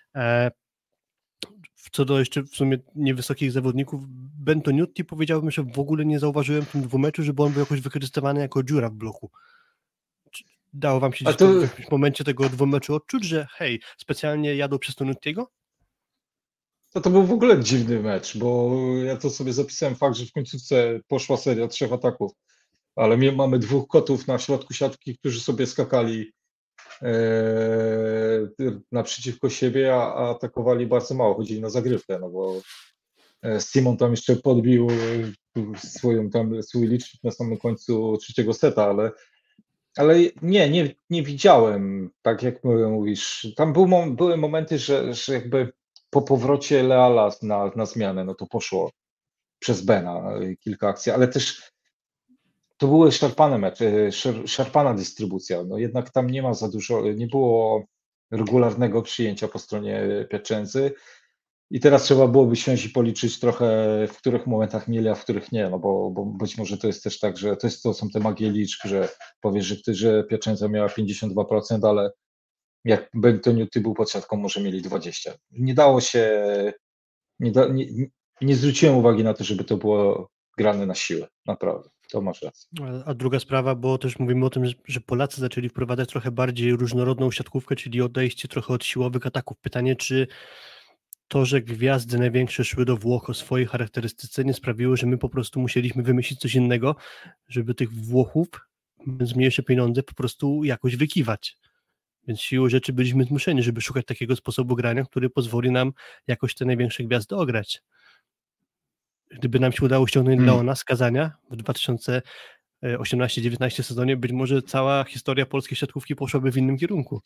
Co do jeszcze w sumie niewysokich zawodników, Bento Newty, powiedziałbym, że w ogóle nie zauważyłem w tym dwumeczu, żeby on był jakoś wykorzystywany jako dziura w bloku. Dało wam się gdzieś to... w jakimś momencie tego dwumeczu odczuć, że hej, specjalnie jadą przez to Newty'ego? To, to był w ogóle dziwny mecz, bo ja to sobie zapisałem fakt, że w końcówce poszła seria trzech ataków, ale my mamy dwóch kotów na środku siatki, którzy sobie skakali e, naprzeciwko siebie, a, a atakowali bardzo mało, chodzili na zagrywkę, no bo Simon tam jeszcze podbił swoją tam, swój licznik na samym końcu trzeciego seta, ale, ale nie, nie, nie widziałem, tak jak mówisz, tam był, były momenty, że, że jakby po powrocie Leala na, na zmianę, no to poszło przez Bena kilka akcji, ale też to były szarpane mecze, szarpana dystrybucja, no jednak tam nie ma za dużo, nie było regularnego przyjęcia po stronie Piacenzy i teraz trzeba byłoby siąść i policzyć trochę, w których momentach mieli, a w których nie, no bo, bo być może to jest też tak, że to, jest, to są te magie liczb, że powiesz, że, że Piacenza miała pięćdziesiąt dwa procent, ale jak Bento Newty był pod siatką, może mieli dwadzieścia procent. Nie dało się, nie, da, nie, nie zwróciłem uwagi na to, żeby to było grane na siłę, naprawdę, to masz rację. A, a druga sprawa, bo też mówimy o tym, że, że Polacy zaczęli wprowadzać trochę bardziej różnorodną siatkówkę, czyli odejście trochę od siłowych ataków. Pytanie, czy to, że gwiazdy największe szły do Włoch o swojej charakterystyce, nie sprawiło, że my po prostu musieliśmy wymyślić coś innego, żeby tych Włochów z mniejsze pieniądze po prostu jakoś wykiwać. Więc siłą rzeczy byliśmy zmuszeni, żeby szukać takiego sposobu grania, który pozwoli nam jakoś te największe gwiazdy ograć. Gdyby nam się udało ściągnąć hmm. Leona z Kazania w dwa tysiące osiemnastym dziewiętnastym sezonie, być może cała historia polskiej siatkówki poszłaby w innym kierunku.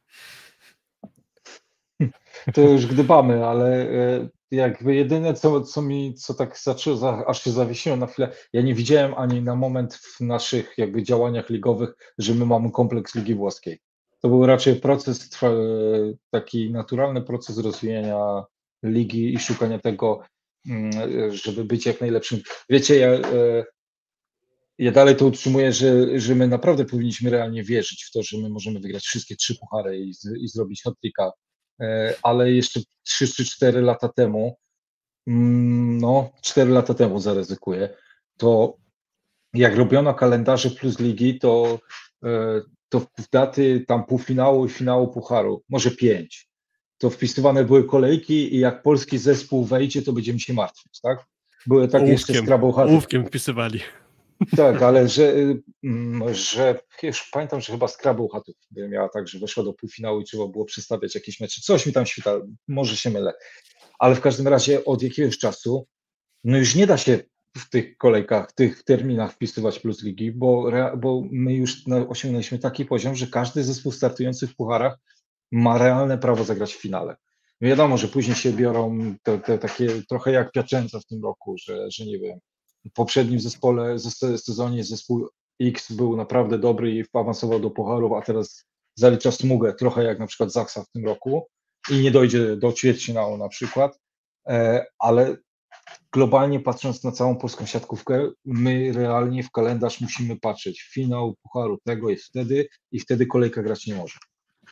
To już gdybamy, ale jakby jedyne, co, co mi, co tak zaczęło, aż się zawiesiłem na chwilę, ja nie widziałem ani na moment w naszych jakby działaniach ligowych, że my mamy kompleks Ligi Włoskiej. To był raczej proces, taki naturalny proces rozwijania ligi i szukania tego, żeby być jak najlepszym. Wiecie, ja, ja dalej to utrzymuję, że, że my naprawdę powinniśmy realnie wierzyć w to, że my możemy wygrać wszystkie trzy puchary i, i zrobić hat-tricka, ale jeszcze trzy czy cztery lata temu, no cztery lata temu zaryzykuję, to jak robiono kalendarze plus ligi, to to w daty tam półfinału i finału pucharu, może pięć, to wpisywane były kolejki i jak polski zespół wejdzie, to będziemy się martwić, tak? Były takie jeszcze skrabołchaty. Ołówkiem wpisywali. Tak, ale że, że już pamiętam, że chyba skrabołchatów miała tak, że weszła do półfinału i trzeba było przestawiać jakieś mecze. Coś mi tam świta, może się mylę. Ale w każdym razie od jakiegoś czasu, no już nie da się w tych kolejkach, w tych terminach wpisywać plus ligi, bo, bo my już osiągnęliśmy taki poziom, że każdy zespół startujący w pucharach ma realne prawo zagrać w finale. Wiadomo, że później się biorą te, te takie trochę jak Piacenza w tym roku, że, że nie wiem, w poprzednim zespole, sezonie zespół X był naprawdę dobry i awansował do pucharów, a teraz zalicza smugę, trochę jak na przykład Zaksa w tym roku i nie dojdzie do ćwierćfinału na przykład, ale globalnie patrząc na całą polską siatkówkę, my realnie w kalendarz musimy patrzeć. Finał pucharu tego jest wtedy i wtedy kolejka grać nie może.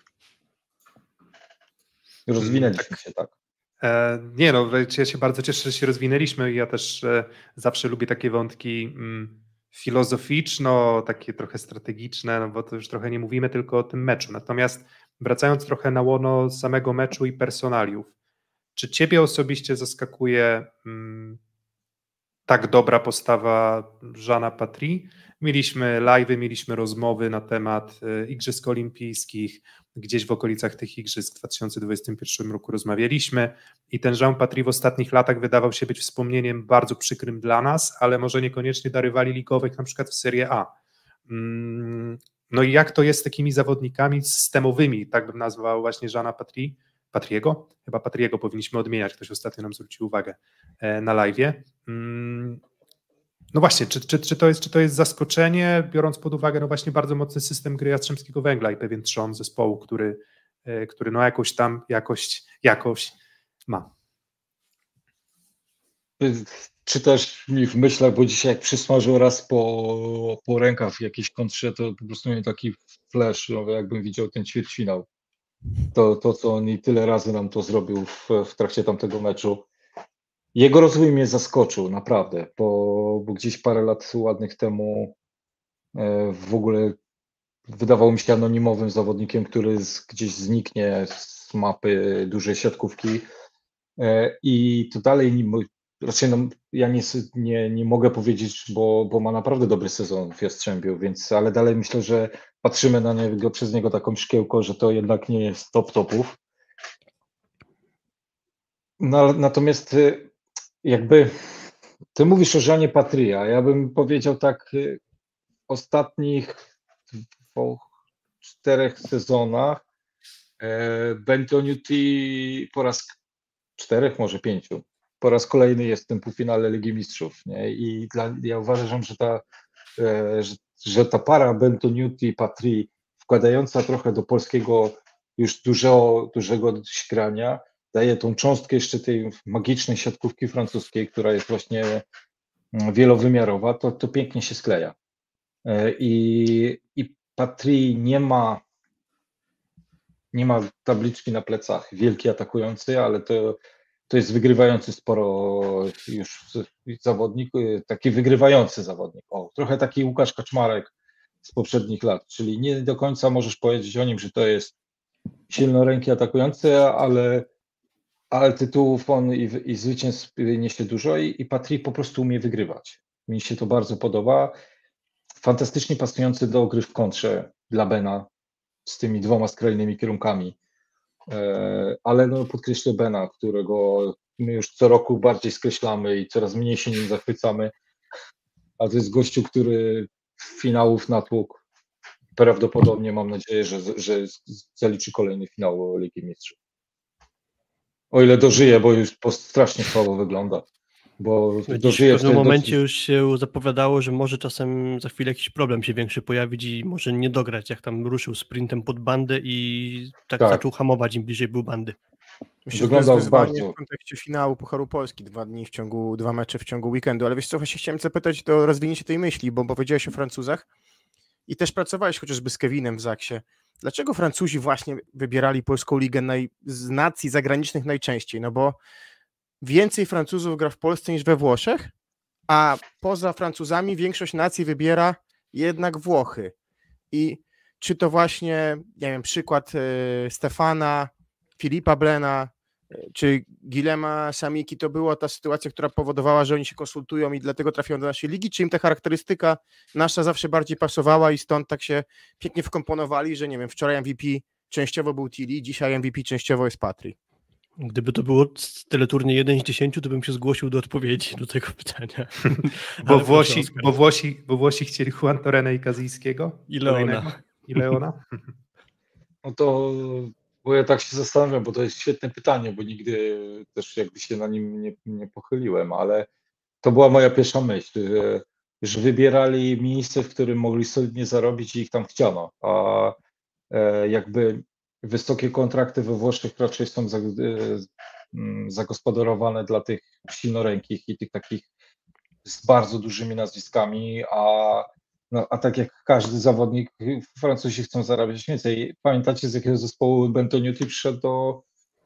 Rozwinęliśmy tak. się tak. E, nie no, ja się bardzo cieszę, że się rozwinęliśmy i ja też e, zawsze lubię takie wątki mm, filozoficzno, takie trochę strategiczne, no bo to już trochę nie mówimy tylko o tym meczu. Natomiast wracając trochę na łono samego meczu i personaliów, czy ciebie osobiście zaskakuje mm, tak dobra postawa Jeana Patry? Mieliśmy live'y, mieliśmy rozmowy na temat y, Igrzysk Olimpijskich, gdzieś w okolicach tych Igrzysk w dwa tysiące dwudziestym pierwszym roku rozmawialiśmy i ten Jean Patry w ostatnich latach wydawał się być wspomnieniem bardzo przykrym dla nas, ale może niekoniecznie dla rywali ligowych, na przykład w Serie A. Mm, No i jak to jest z takimi zawodnikami systemowymi, tak bym nazwał właśnie Jeana Patry, Patriego? Chyba Patriego powinniśmy odmieniać, ktoś ostatnio nam zwrócił uwagę na live'ie. No właśnie, czy, czy, czy, to jest, czy to jest zaskoczenie, biorąc pod uwagę no właśnie bardzo mocny system gry Jastrzębskiego Węgla i pewien trzon zespołu, który, który no jakoś tam jakość, jakoś ma. Czytasz mi w myślach, bo dzisiaj jak przysmażył raz po, po rękach w jakiejś kontrze, to po prostu miałem taki flash, no, jakbym widział ten ćwierćfinał. To, to, co on i tyle razy nam to zrobił w, w trakcie tamtego meczu. Jego rozwój mnie zaskoczył, naprawdę, bo, bo gdzieś parę lat ładnych temu e, w ogóle wydawał mi się anonimowym zawodnikiem, który z, gdzieś zniknie z mapy dużej siatkówki e, i to dalej nie, raczej no, ja nie, nie, nie mogę powiedzieć, bo, bo ma naprawdę dobry sezon w Jastrzębiu, więc ale dalej myślę, że patrzymy na niego przez niego taką szkiełko, że to jednak nie jest top topów. No, natomiast jakby ty mówisz o Jeanie Patry, a ja bym powiedział tak w ostatnich dwóch, czterech sezonach Bentonuti po raz czterech, może pięciu, po raz kolejny jest w tym półfinale Ligi Mistrzów, nie? I dla, ja uważam, że ta, że, że ta para Bentonuti-Patry wkładająca trochę do polskiego już dużo, dużego śgrania daje tą cząstkę jeszcze tej magicznej siatkówki francuskiej, która jest właśnie wielowymiarowa, to, to pięknie się skleja. I, i Patry nie ma nie ma tabliczki na plecach, wielki atakujący, ale to, to jest wygrywający sporo już zawodnik, taki wygrywający zawodnik. O, trochę taki Łukasz Kaczmarek z poprzednich lat, czyli nie do końca możesz powiedzieć o nim, że to jest silnoręki atakujący, ale, ale tytułów on i, i zwycięstw niesie dużo i, i Patry po prostu umie wygrywać. Mi się to bardzo podoba. Fantastycznie pasujący do gry w kontrze dla Bena z tymi dwoma skrajnymi kierunkami. Ale no podkreślę Bena, którego my już co roku bardziej skreślamy i coraz mniej się nim zachwycamy. A to jest gościu, który finałów natłukł. Prawdopodobnie mam nadzieję, że, że zaliczy kolejny finał Ligi Mistrzów. O ile dożyje, bo już strasznie słabo wygląda. Bo dożyje w pewnym momencie dosyć... już się zapowiadało, że może czasem za chwilę jakiś problem się większy pojawić i może nie dograć, jak tam ruszył sprintem pod bandę i tak, tak. zaczął hamować, im bliżej był bandy. Myślę, że to jest wyzwanie w kontekście finału Pucharu Polski, dwa dni w ciągu, dwa mecze w ciągu weekendu, ale wiesz co, właśnie chciałem zapytać o rozwinięcie tej myśli, bo powiedziałeś o Francuzach i też pracowałeś chociażby z Kevinem w Zaksie. Dlaczego Francuzi właśnie wybierali Polską Ligę naj... z nacji zagranicznych najczęściej? No bo więcej Francuzów gra w Polsce niż we Włoszech, a poza Francuzami większość nacji wybiera jednak Włochy. I czy to właśnie, nie wiem, przykład y, Stefana, Filipa Blena, y, czy Guilema Samiki, to była ta sytuacja, która powodowała, że oni się konsultują i dlatego trafiają do naszej ligi, czy im ta charakterystyka nasza zawsze bardziej pasowała i stąd tak się pięknie wkomponowali, że nie wiem, wczoraj M V P częściowo był Tilly, dzisiaj M V P częściowo jest Patry. Gdyby to było teleturnie jeden z dziesięciu, to bym się zgłosił do odpowiedzi do tego pytania. bo, Włosi, bo, Włosi, bo Włosi chcieli Juan Torrena i Kazyjskiego? I Leona. I Leona? No to, bo ja tak się zastanawiam, bo to jest świetne pytanie, bo nigdy też jakby się na nim nie, nie pochyliłem, ale to była moja pierwsza myśl, że, że wybierali miejsce, w którym mogli solidnie zarobić i ich tam chciano, a e, jakby wysokie kontrakty we Włoszech raczej są zagospodarowane dla tych silnorękich i tych takich z bardzo dużymi nazwiskami, a, no, a tak jak każdy zawodnik, Francuzi chcą zarabiać więcej. Pamiętacie, z jakiego zespołu Bentonuti przyszedł do...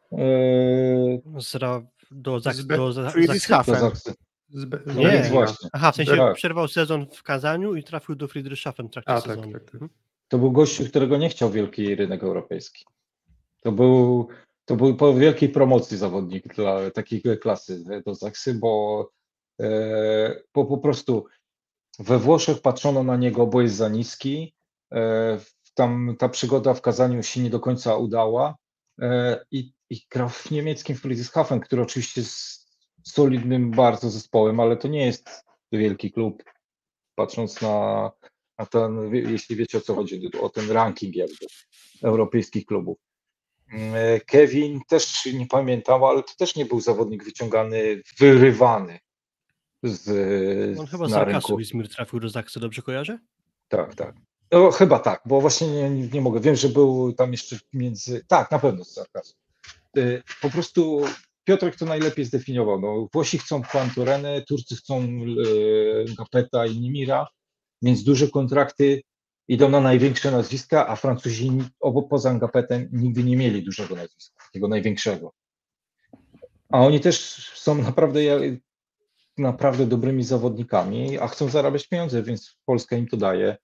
Yy... Zra... do Zaksy. Do Zaksy. No nie, więc właśnie. Aha, w sensie tak. Przerwał sezon w Kazaniu i trafił do Friedrichshafen w trakcie a, sezonu. Tak, tak, tak. To był gościu, którego nie chciał wielki rynek europejski. To był, to był po wielkiej promocji zawodnik dla takiej klasy do Zaksy, bo, e, bo po prostu we Włoszech patrzono na niego, bo jest za niski. E, tam ta przygoda w Kazaniu się nie do końca udała e, i, i grał w niemieckim Friedrichshafen, który oczywiście jest solidnym bardzo zespołem, ale to nie jest wielki klub, patrząc na a ten, jeśli wiecie o co chodzi, o ten ranking jakby europejskich klubów. Kevin też nie pamiętam, ale to też nie był zawodnik wyciągany, wyrywany z, On chyba na z rynku. Arkasu Izmir trafił do Zaksy, dobrze kojarzę? Tak, tak. No, chyba tak, bo właśnie nie, nie, nie mogę. Wiem, że był tam jeszcze między. Tak, na pewno z Arkasu. Po prostu Piotrek to najlepiej zdefiniował. No, Włosi chcą Juan Torrenę, Turcy chcą e, Gapeta i Nimira, więc duże kontrakty idą na największe nazwiska, a Francuzi obo poza Gapetem nigdy nie mieli dużego nazwiska, takiego największego. A oni też są naprawdę, naprawdę dobrymi zawodnikami, a chcą zarabiać pieniądze, więc Polska im to daje.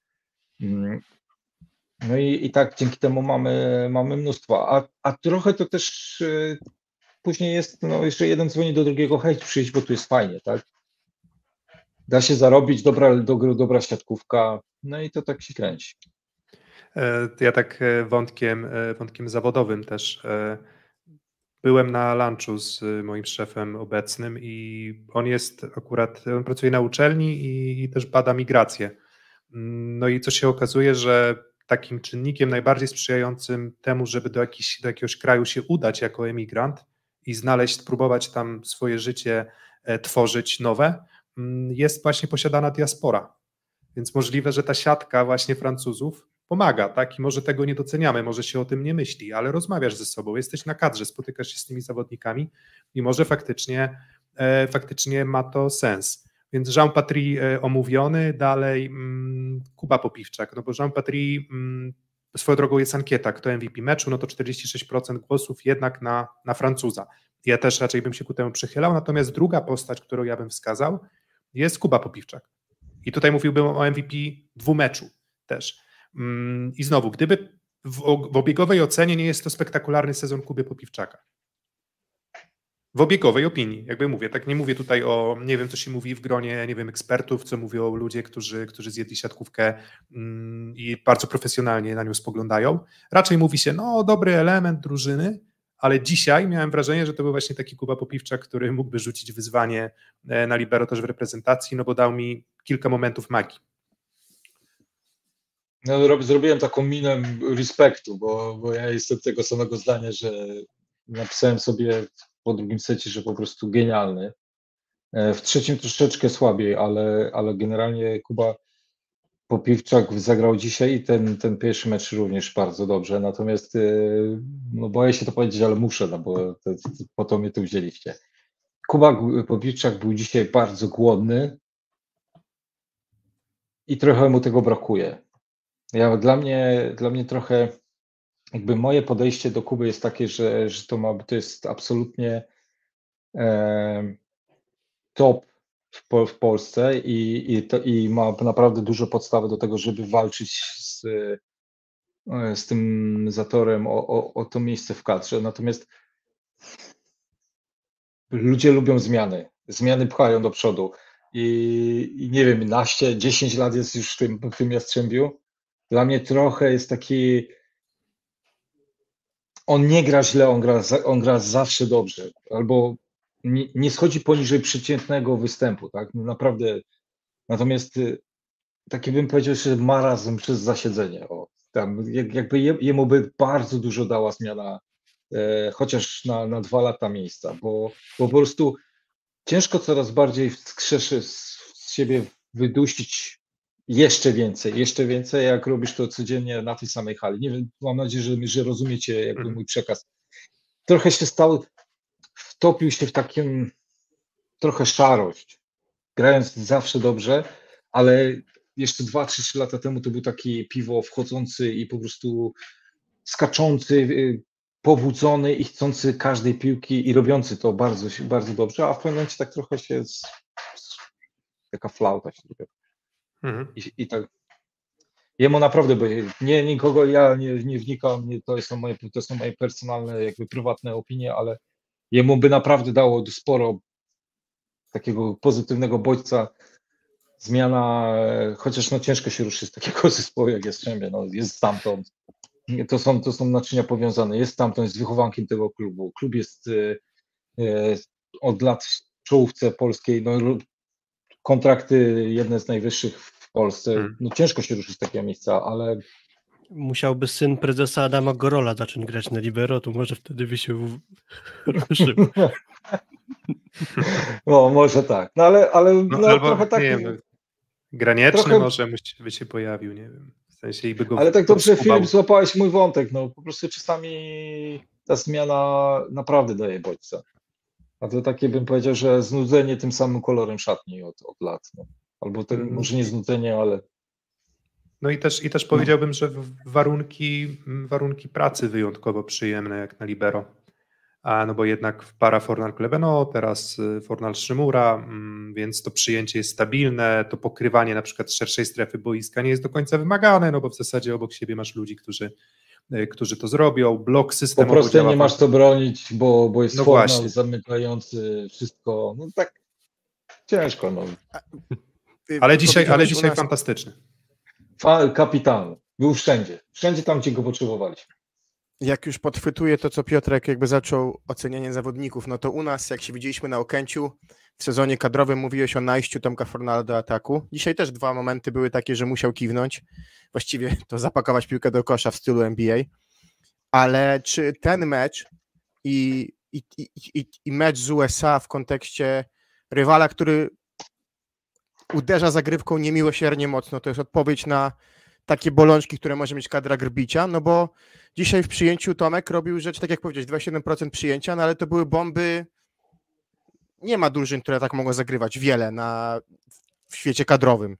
No i, i tak dzięki temu mamy, mamy mnóstwo. A, a trochę to też y, później jest, no jeszcze jeden dzwoni do drugiego, hej, przyjdź, bo tu jest fajnie, tak? Da się zarobić, dobra, do, dobra siatkówka, no i to tak się kręci. Ja tak wątkiem, wątkiem zawodowym też byłem na lunchu z moim szefem obecnym i on jest akurat, on pracuje na uczelni i, i też bada migrację. No i co się okazuje, że takim czynnikiem najbardziej sprzyjającym temu, żeby do, jakiś, do jakiegoś kraju się udać jako emigrant i znaleźć, próbować tam swoje życie e, tworzyć nowe, jest właśnie posiadana diaspora. Więc możliwe, że ta siatka właśnie Francuzów pomaga, tak? I może tego nie doceniamy, może się o tym nie myśli, ale rozmawiasz ze sobą, jesteś na kadrze, spotykasz się z tymi zawodnikami i może faktycznie, e, faktycznie ma to sens. Więc Jean Patry e, omówiony, dalej mm, Kuba Popiwczak, no bo Jean Patry mm, swoją drogą jest ankieta, kto M V P meczu, no to czterdzieści sześć procent głosów jednak na, na Francuza. Ja też raczej bym się ku temu przychylał, natomiast druga postać, którą ja bym wskazał, jest Kuba Popiwczak. I tutaj mówiłbym o M V P dwumeczu też. I znowu, gdyby w, w obiegowej ocenie nie jest to spektakularny sezon Kuby Popiwczaka. W obiegowej opinii, jakby mówię, tak nie mówię tutaj o, nie wiem, co się mówi w gronie, nie wiem, ekspertów, co mówią ludzie, którzy, którzy zjedli siatkówkę mm, i bardzo profesjonalnie na nią spoglądają. Raczej mówi się, no dobry element drużyny, ale dzisiaj miałem wrażenie, że to był właśnie taki Kuba Popiwczak, który mógłby rzucić wyzwanie na libero też w reprezentacji, no bo dał mi kilka momentów magii. No, zrobiłem taką minę respektu, bo, bo ja jestem tego samego zdania, że napisałem sobie po drugim secie, że po prostu genialny. W trzecim troszeczkę słabiej, ale, ale generalnie Kuba Popiwczak zagrał dzisiaj i ten, ten pierwszy mecz również bardzo dobrze, natomiast no boję się to powiedzieć, ale muszę, no bo to, to, po to mnie tu wzięliście. Kuba Popiwczak był dzisiaj bardzo głodny i trochę mu tego brakuje. Ja, dla mnie, dla mnie trochę jakby moje podejście do Kuby jest takie, że, że to, ma, to jest absolutnie e, top w, po, w Polsce i, i, to, i ma naprawdę duże podstawy do tego, żeby walczyć z, z tym Zatorem o, o, o to miejsce w kadrze. Natomiast ludzie lubią zmiany. Zmiany pchają do przodu. I, i nie wiem, naście, dziesięć lat jest już w tym, w tym Jastrzębiu. Dla mnie trochę jest taki... On nie gra źle, on gra, on gra zawsze dobrze. Albo nie, nie schodzi poniżej przeciętnego występu, tak? Naprawdę. Natomiast taki bym powiedział, że marazm przez zasiedzenie. O, tam jakby jemu by bardzo dużo dała zmiana, e, chociaż na, na dwa lata miejsca, bo, bo po prostu ciężko coraz bardziej skrzeszy z, z siebie wydusić jeszcze więcej, jeszcze więcej, jak robisz to codziennie na tej samej hali. Nie wiem, mam nadzieję, że, że rozumiecie jakby mój przekaz. Trochę się stał, wtopił się w takim trochę szarość, grając zawsze dobrze, ale jeszcze dwa, trzy lata temu to był taki piwo wchodzący i po prostu skaczący, pobudzony i chcący każdej piłki i robiący to bardzo, bardzo dobrze, a w pewnym momencie tak trochę się z, z, taka flauta się robi. Mhm. I, I tak jemu naprawdę, bo nie nikogo, ja nie, nie wnikam, nie, to, są moje, to są moje personalne, jakby prywatne opinie, ale jemu by naprawdę dało sporo takiego pozytywnego bodźca, zmiana, chociaż no ciężko się ruszyć z takiego zespołu jak Jastrzębie, no jest stamtąd, to są, to są naczynia powiązane, jest stamtąd, jest wychowankiem tego klubu, klub jest e, od lat w czołówce polskiej, no kontrakty jedne z najwyższych w w Polsce. Hmm. No ciężko się ruszyć z takiego miejsca, ale Musiałby syn prezesa Adama Gorola zacząć grać na libero, to może wtedy by się w- ruszył. no może tak. No ale, ale No, no, albo, trochę tak. nie wiem, Granieczny trochę- może by się- by się pojawił, nie wiem. W sensie i by go Ale tak dobrze, podskubał. Filip, złapałeś mój wątek. No po prostu czasami ta zmiana naprawdę daje bodźca. A to takie bym powiedział, że znudzenie tym samym kolorem szatni od, od lat. No. Albo to, Mm. może nie znudzenie, ale No i też, i też powiedziałbym, że w- warunki, warunki pracy wyjątkowo przyjemne jak na libero. A no bo jednak para Fornal Klebeno, teraz y, Fornal Szymura, mm, więc to przyjęcie jest stabilne, to pokrywanie na przykład szerszej strefy boiska nie jest do końca wymagane, no bo w zasadzie obok siebie masz ludzi, którzy, y, którzy to zrobią, blok po systemowo prostu działa nie masz co bronić, bo, bo jest No formal właśnie. zamykający wszystko. No tak ciężko. No. Y, Ale dzisiaj, ale powiedziałeś u dzisiaj nas- fantastyczny. Fa- Kapitan był wszędzie. Wszędzie tam, gdzie go potrzebowaliśmy. Jak już podchwytuję to, co Piotrek jakby zaczął ocenianie zawodników, no to u nas, jak się widzieliśmy na Okęciu, w sezonie kadrowym mówiłeś o najściu Tomka Fornala do ataku. Dzisiaj też dwa momenty były takie, że musiał kiwnąć. Właściwie to zapakować piłkę do kosza w stylu N B A. Ale czy ten mecz i, i, i, i, i mecz z U S A w kontekście rywala, który uderza zagrywką niemiłosiernie mocno, to jest odpowiedź na takie bolączki, które może mieć kadra Grbicia, no bo dzisiaj w przyjęciu Tomek robił rzecz, tak jak powiedziałeś, dwadzieścia siedem procent przyjęcia, no ale to były bomby, nie ma drużyn, które tak mogą zagrywać wiele na, w świecie kadrowym.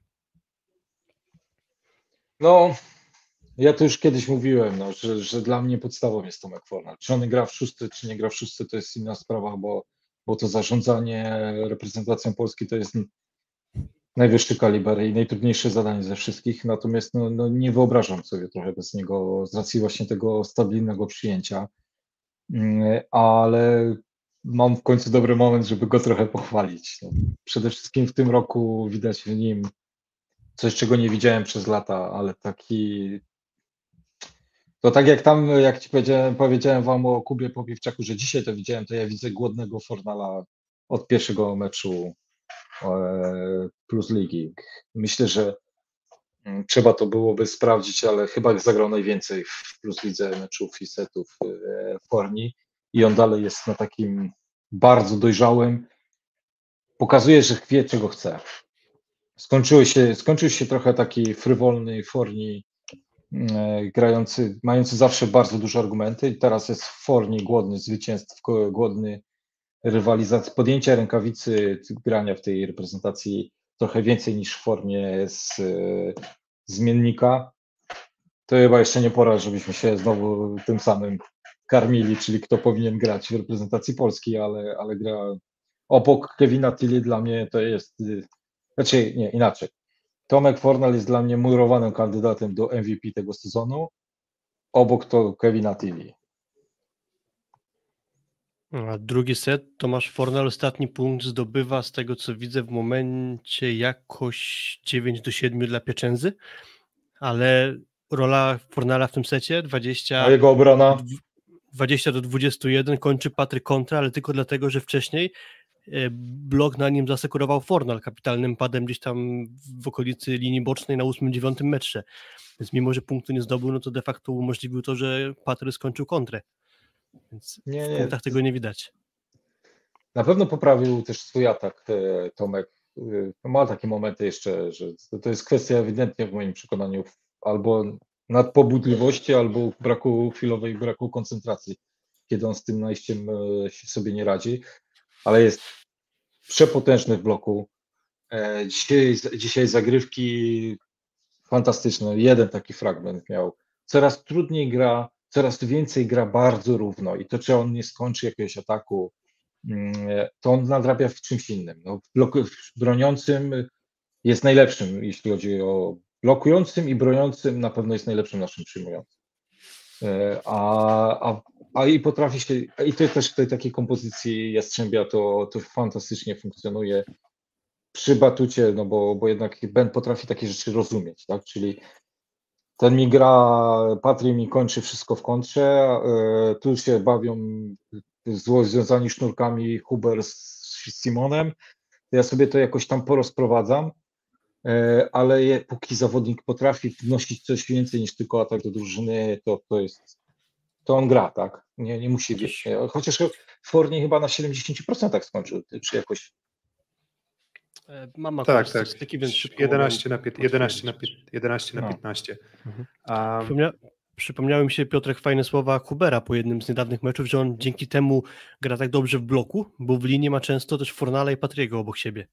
No, ja to już kiedyś mówiłem, no, że, że dla mnie podstawą jest Tomek Fornal. Czy on gra w szóstce, czy nie gra w szóstce, to jest inna sprawa, bo, bo to zarządzanie reprezentacją Polski to jest najwyższy kaliber i najtrudniejsze zadanie ze wszystkich, natomiast no, no nie wyobrażam sobie trochę bez niego z racji właśnie tego stabilnego przyjęcia, Mm, ale mam w końcu dobry moment, żeby go trochę pochwalić. No, przede wszystkim w tym roku widać w nim coś, czego nie widziałem przez lata, ale taki... To tak jak tam, jak ci powiedziałem, powiedziałem wam o Kubie Popiewczaku, że dzisiaj to widziałem, to ja widzę głodnego Fornala od pierwszego meczu e, Plus Ligi. Myślę, że mm, trzeba to byłoby sprawdzić, ale chyba zagrał najwięcej w Plus Lidze meczów i setów e, w Forni i on dalej jest na takim bardzo dojrzałym. Pokazuje, że wie, czego chce. Skończyły się, skończył się trochę taki frywolny Forni, e, grający, mający zawsze bardzo duże argumenty i teraz jest w Forni głodny zwycięstw, ko- głodny rywalizacji, podjęcia rękawicy, grania w tej reprezentacji trochę więcej niż w formie z e, zmiennika. To chyba jeszcze nie pora, żebyśmy się znowu tym samym karmili, czyli kto powinien grać w reprezentacji Polski, ale, ale gra obok Kevina Tilly dla mnie to jest, y, znaczy nie, inaczej. Tomek Fornal jest dla mnie murowanym kandydatem do M V P tego sezonu, obok to Kevina Tilly. A drugi set, Tomasz Fornal ostatni punkt zdobywa z tego, co widzę w momencie jakoś dziewięć do siedmiu dla Pieczędzy, ale rola Fornala w tym secie dwadzieścia, A jego obrona? dwadzieścia do dwudziestu jeden kończy Patryk kontra, ale tylko dlatego, że wcześniej e, blok na nim zasekurował Fornal kapitalnym padem gdzieś tam w okolicy linii bocznej na ósmym dziewiątym metrze. Więc mimo, że punktu nie zdobył, no to de facto umożliwił to, że Patryk skończył kontrę. Więc Nie, w nie. punktach tego nie widać. Na pewno poprawił też swój atak e, Tomek. E, Ma takie momenty jeszcze, że to- to jest kwestia ewidentnie w moim przekonaniu albo nadpobudliwości, albo braku chwilowej, braku koncentracji, kiedy on z tym najściem e, się sobie nie radzi, ale jest przepotężny w bloku. E, Dzisiaj, dzisiaj zagrywki fantastyczne. Jeden taki fragment miał. Coraz trudniej gra, coraz więcej gra bardzo równo i to, czy on nie skończy jakiegoś ataku, mm, to on nadrabia w czymś innym. No, w bloku, w broniącym jest najlepszym, jeśli chodzi o blokującym i broniącym, na pewno jest najlepszym naszym przyjmującym. E, A, a, a i potrafi się, i to też w tej takiej kompozycji Jastrzębia to, to fantastycznie funkcjonuje przy batucie, no bo, bo jednak Ben potrafi takie rzeczy rozumieć, tak? Czyli ten mi gra, Patry mi kończy wszystko w kontrze, e, tu się bawią zło związani sznurkami Huber z Simonem, ja sobie to jakoś tam porozprowadzam ale je, póki zawodnik potrafi wnosić coś więcej niż tylko atak do drużyny, to, to jest, to on gra, tak? Nie, nie musi wiedzieć. Chociaż Fournier chyba na siedemdziesiąt procent skończył, czy jakoś. Mam tak, tak. Taki, więc jedenaście na piętnaście. Mhm. Um, Przypomnia, przypomniały mi się, Piotrek, fajne słowa Hubera po jednym z niedawnych meczów, że on dzięki temu gra tak dobrze w bloku, bo w linii ma często też Fornala i Patriego obok siebie.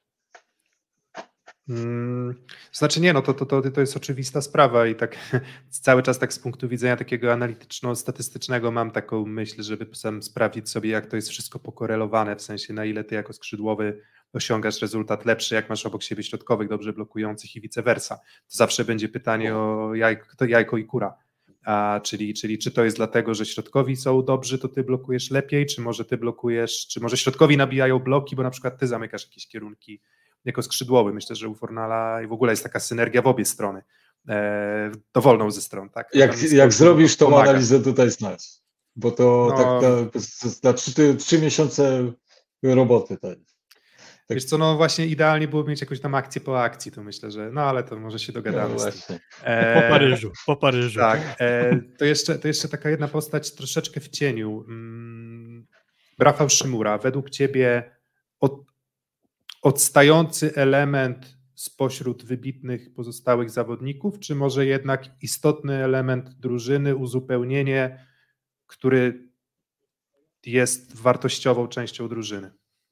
Hmm, znaczy nie, no to, to, to, to jest oczywista sprawa i tak cały czas tak z punktu widzenia takiego analityczno-statystycznego mam taką myśl, żeby sam sprawdzić sobie, jak to jest wszystko pokorelowane, w sensie na ile ty jako skrzydłowy osiągasz rezultat lepszy, jak masz obok siebie środkowych dobrze blokujących i vice versa. To zawsze będzie pytanie o jajko, to jajko i kura, a, czyli, czyli czy to jest dlatego, że środkowi są dobrzy, to ty blokujesz lepiej, czy może ty blokujesz, czy może środkowi nabijają bloki, bo na przykład ty zamykasz jakieś kierunki jako skrzydłowy. Myślę, że u Fornala i w ogóle jest taka synergia w obie strony, e, dowolną ze stron. Tak? Jak, jak zrobisz tą pomaga. Analizę tutaj znać, bo to no, tak na, na trzy, trzy miesiące roboty. Tak. Tak. Wiesz co, no właśnie idealnie byłoby mieć jakąś tam akcję po akcji, to myślę, że no ale to może się dogadamy. No z tym. E, po Paryżu, po Paryżu. Tak, e, to, jeszcze, to jeszcze taka jedna postać troszeczkę w cieniu. Mm, Rafał Szymura, według ciebie od, odstający element spośród wybitnych pozostałych zawodników, czy może jednak istotny element drużyny, uzupełnienie, który jest wartościową częścią drużyny?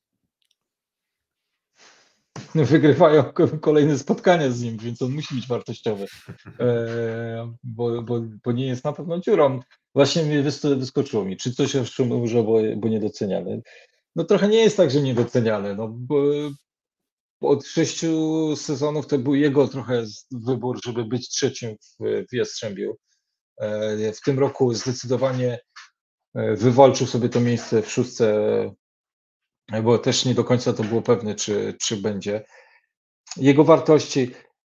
Wygrywają kolejne spotkania z nim, więc on musi być wartościowy, e, bo, bo, bo nie jest na pewno dziurą. Właśnie mnie wyskoczyło mi, czy coś o Szymurze, bo, bo niedoceniany. No trochę nie jest tak, że niedoceniany, no bo od sześciu sezonów to był jego trochę wybór, żeby być trzecim w, w Jastrzębiu. E, w tym roku zdecydowanie wywalczył sobie to miejsce w szóstce, bo też nie do końca to było pewne, czy, czy będzie. Jego wartości.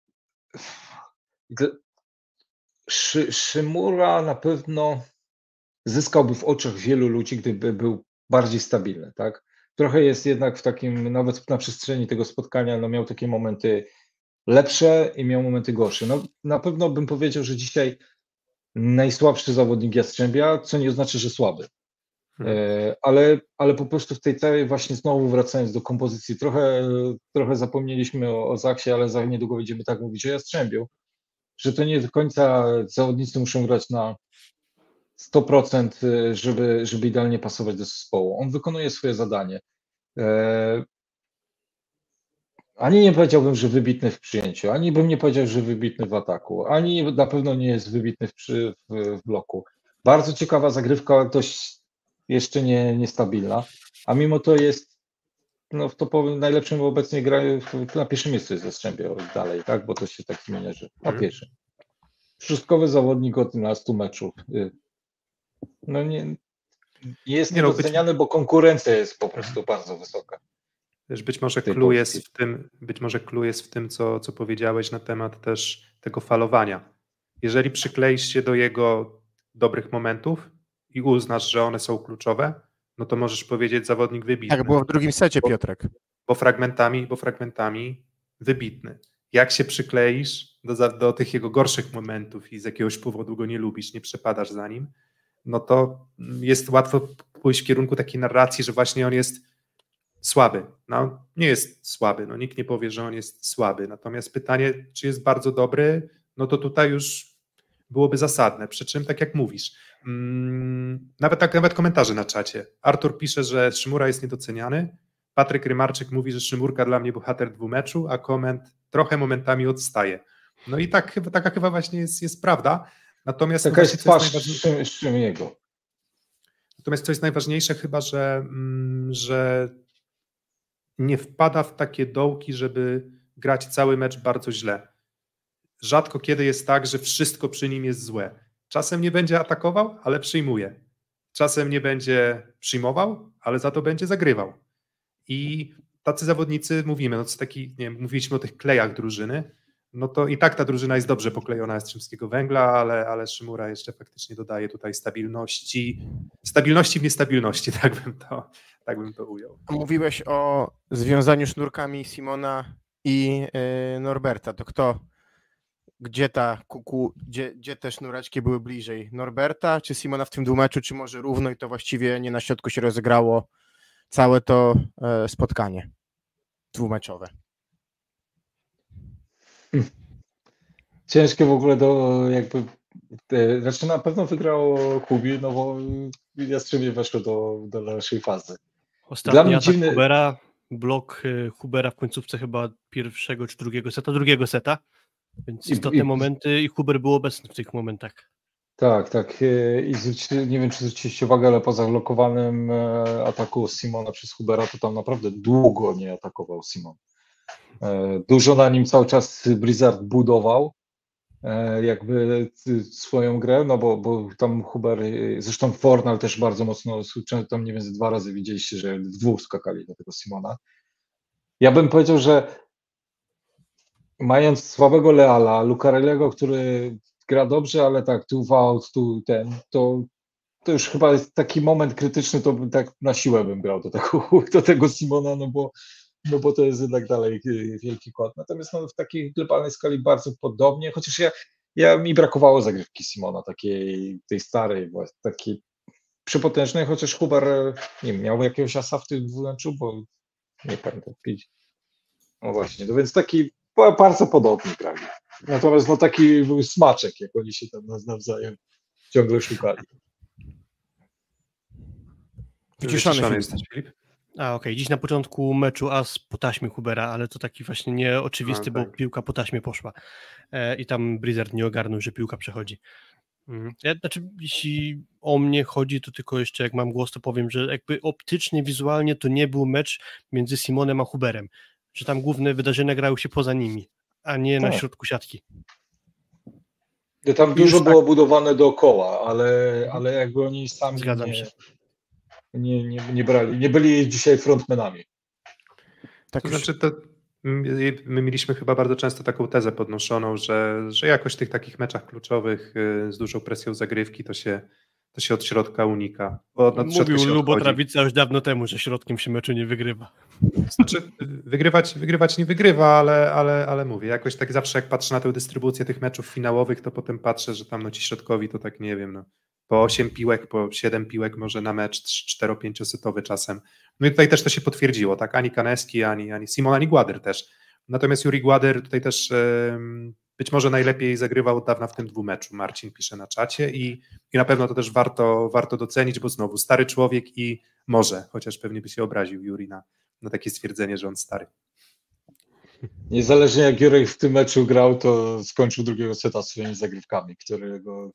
Szy, Szymura na pewno zyskałby w oczach wielu ludzi, gdyby był bardziej stabilny, tak? Trochę jest jednak w takim, nawet na przestrzeni tego spotkania, no miał takie momenty lepsze i miał momenty gorsze. No na pewno bym powiedział, że dzisiaj najsłabszy zawodnik Jastrzębia, co nie oznacza, że słaby. Hmm. Ale, ale po prostu w tej całej właśnie znowu wracając do kompozycji, trochę, trochę zapomnieliśmy o, o Zaksie, ale za niedługo będziemy tak mówić o Jastrzębiu, że to nie do końca zawodnicy muszą grać na sto procent, żeby, żeby idealnie pasować do zespołu. On wykonuje swoje zadanie. Ani nie powiedziałbym, że wybitny w przyjęciu, ani bym nie powiedział, że wybitny w ataku, ani na pewno nie jest wybitny w, przy, w, w bloku. Bardzo ciekawa zagrywka, dość jeszcze nie, niestabilna, a mimo to jest no, w topowym, najlepszym obecnie gra na pierwszym miejscu jest Jastrzębia dalej, tak? Bo to się tak zmienia, że na pierwszym. Szóstkowy zawodnik od dwunastu meczów. No nie, nie jest niedoceniany, bo konkurencja jest po prostu bardzo wysoka. Wiesz, być może clue jest w tym, być może clue jest w tym, co, co powiedziałeś na temat też tego falowania. Jeżeli przykleisz się do jego dobrych momentów i uznasz, że one są kluczowe, no to możesz powiedzieć zawodnik wybitny. Tak było w drugim secie, Piotrek. Bo, bo fragmentami, bo fragmentami wybitny. Jak się przykleisz do, do tych jego gorszych momentów i z jakiegoś powodu go nie lubisz, nie przepadasz za nim, no to jest łatwo pójść w kierunku takiej narracji, że właśnie on jest słaby. No, nie jest słaby, no nikt nie powie, że on jest słaby. Natomiast pytanie, czy jest bardzo dobry, no to tutaj już byłoby zasadne. Przy czym, tak jak mówisz, mm, nawet, tak, nawet komentarze na czacie. Artur pisze, że Szymura jest niedoceniany. Patryk Rymarczyk mówi, że Szymurka dla mnie bohater dwumeczu, a koment trochę momentami odstaje. No i tak, taka chyba właśnie jest, jest prawda. Natomiast taka jest twarz Szymiego. Natomiast co jest najważniejsze chyba, że, mm, że nie wpada w takie dołki, żeby grać cały mecz bardzo źle. Rzadko kiedy jest tak, że wszystko przy nim jest złe. Czasem nie będzie atakował, ale przyjmuje. Czasem nie będzie przyjmował, ale za to będzie zagrywał. I tacy zawodnicy, mówimy, no to taki, nie wiem, mówiliśmy o tych klejach drużyny, no to i tak ta drużyna jest dobrze poklejona Jastrzębskiego Węgla, ale, ale Szymura jeszcze faktycznie dodaje tutaj stabilności, stabilności w niestabilności, tak bym to, tak bym to ujął. Mówiłeś o związaniu sznurkami Simona i y, Norberta, to kto, gdzie ta kuku, gdzie, gdzie te sznureczki były bliżej? Norberta czy Simona w tym dwumeczu, czy może równo i to właściwie nie na środku się rozegrało całe to y, spotkanie dwumeczowe? Ciężkie w ogóle do jakby, e, znaczy na pewno wygrało Kubi, no bo Jastrzębie weszło do, do dalszej fazy. Ostatni Dla mnie atak dziwny- Hubera, blok y, Hubera w końcówce chyba pierwszego czy drugiego seta, drugiego seta, więc I- istotne i- momenty i Huber był obecny w tych momentach. Tak, tak. e, I zwróci- nie wiem, czy zwróciliście uwagę, ale po zablokowanym e, ataku Simona przez Hubera, to tam naprawdę długo nie atakował Simon. E, Dużo na nim cały czas Blizzard budował, e, jakby y, swoją grę, no bo, bo tam Huber, y, zresztą Fornal też bardzo mocno, często tam nie wiem, ze dwa razy widzieliście, że w dwóch skakali do tego Simona. Ja bym powiedział, że mając słabego Leala, Lucarelliego, który gra dobrze, ale tak, tu out, tu ten, to, to już chyba jest taki moment krytyczny, to bym tak na siłę bym grał do tego, do tego Simona, no bo, no bo to jest jednak dalej y, wielki kład. Natomiast no, w takiej globalnej skali bardzo podobnie, chociaż ja, ja mi brakowało zagrywki Simona, takiej tej starej, właśnie, takiej przepotężnej, chociaż Huber, e, nie wiem, miał jakiegoś asa w tym dwumeczu, bo nie pamiętam, pięć. No właśnie, no więc taki ba- bardzo podobny grali. Natomiast no taki był smaczek, jak oni się tam nas nawzajem ciągle szukali. Wyciszony Filip. jesteś, Filip? A okej, dziś na początku meczu as po taśmie Hubera, ale to taki właśnie nieoczywisty, A, bo tak. piłka po taśmie poszła e, i tam Blizzard nie ogarnął, że piłka przechodzi. Mhm. Ja, znaczy, jeśli o mnie chodzi, to tylko jeszcze jak mam głos, to powiem, że jakby optycznie, wizualnie to nie był mecz między Simonem a Huberem, że tam główne wydarzenia grały się poza nimi, a nie na Tak. środku siatki. Tam Już dużo tak- było budowane dookoła, ale, ale jakby oni sami Zgadzam nie, się. nie, nie, nie brali, nie byli dzisiaj frontmenami. Tak To już, znaczy, to my my mieliśmy chyba bardzo często taką tezę podnoszoną, że, że jakoś w tych takich meczach kluczowych y, z dużą presją zagrywki to się, to się od środka unika. Bo od środka Mówił się Lubo odchodzi. Trawica już dawno temu, że środkiem się meczu nie wygrywa. Znaczy, wygrywać, wygrywać nie wygrywa, ale, ale, ale mówię, jakoś tak zawsze jak patrzę na tę dystrybucję tych meczów finałowych, to potem patrzę, że tam no ci środkowi to tak nie wiem, no, po osiem piłek, po siedem piłek może na mecz cztero pięciosetowy czasem. No i tutaj też to się potwierdziło, tak, ani Kaneski, ani, ani Simon, ani Gładyr też. Natomiast Juri Gładyr tutaj też em, być może najlepiej zagrywał od dawna w tym dwumeczu, Marcin pisze na czacie i, i na pewno to też warto, warto docenić, bo znowu stary człowiek i może, chociaż pewnie by się obraził Juri na, na takie stwierdzenie, że on stary. Niezależnie jak Jurek w tym meczu grał, to skończył drugiego seta swoimi zagrywkami, którego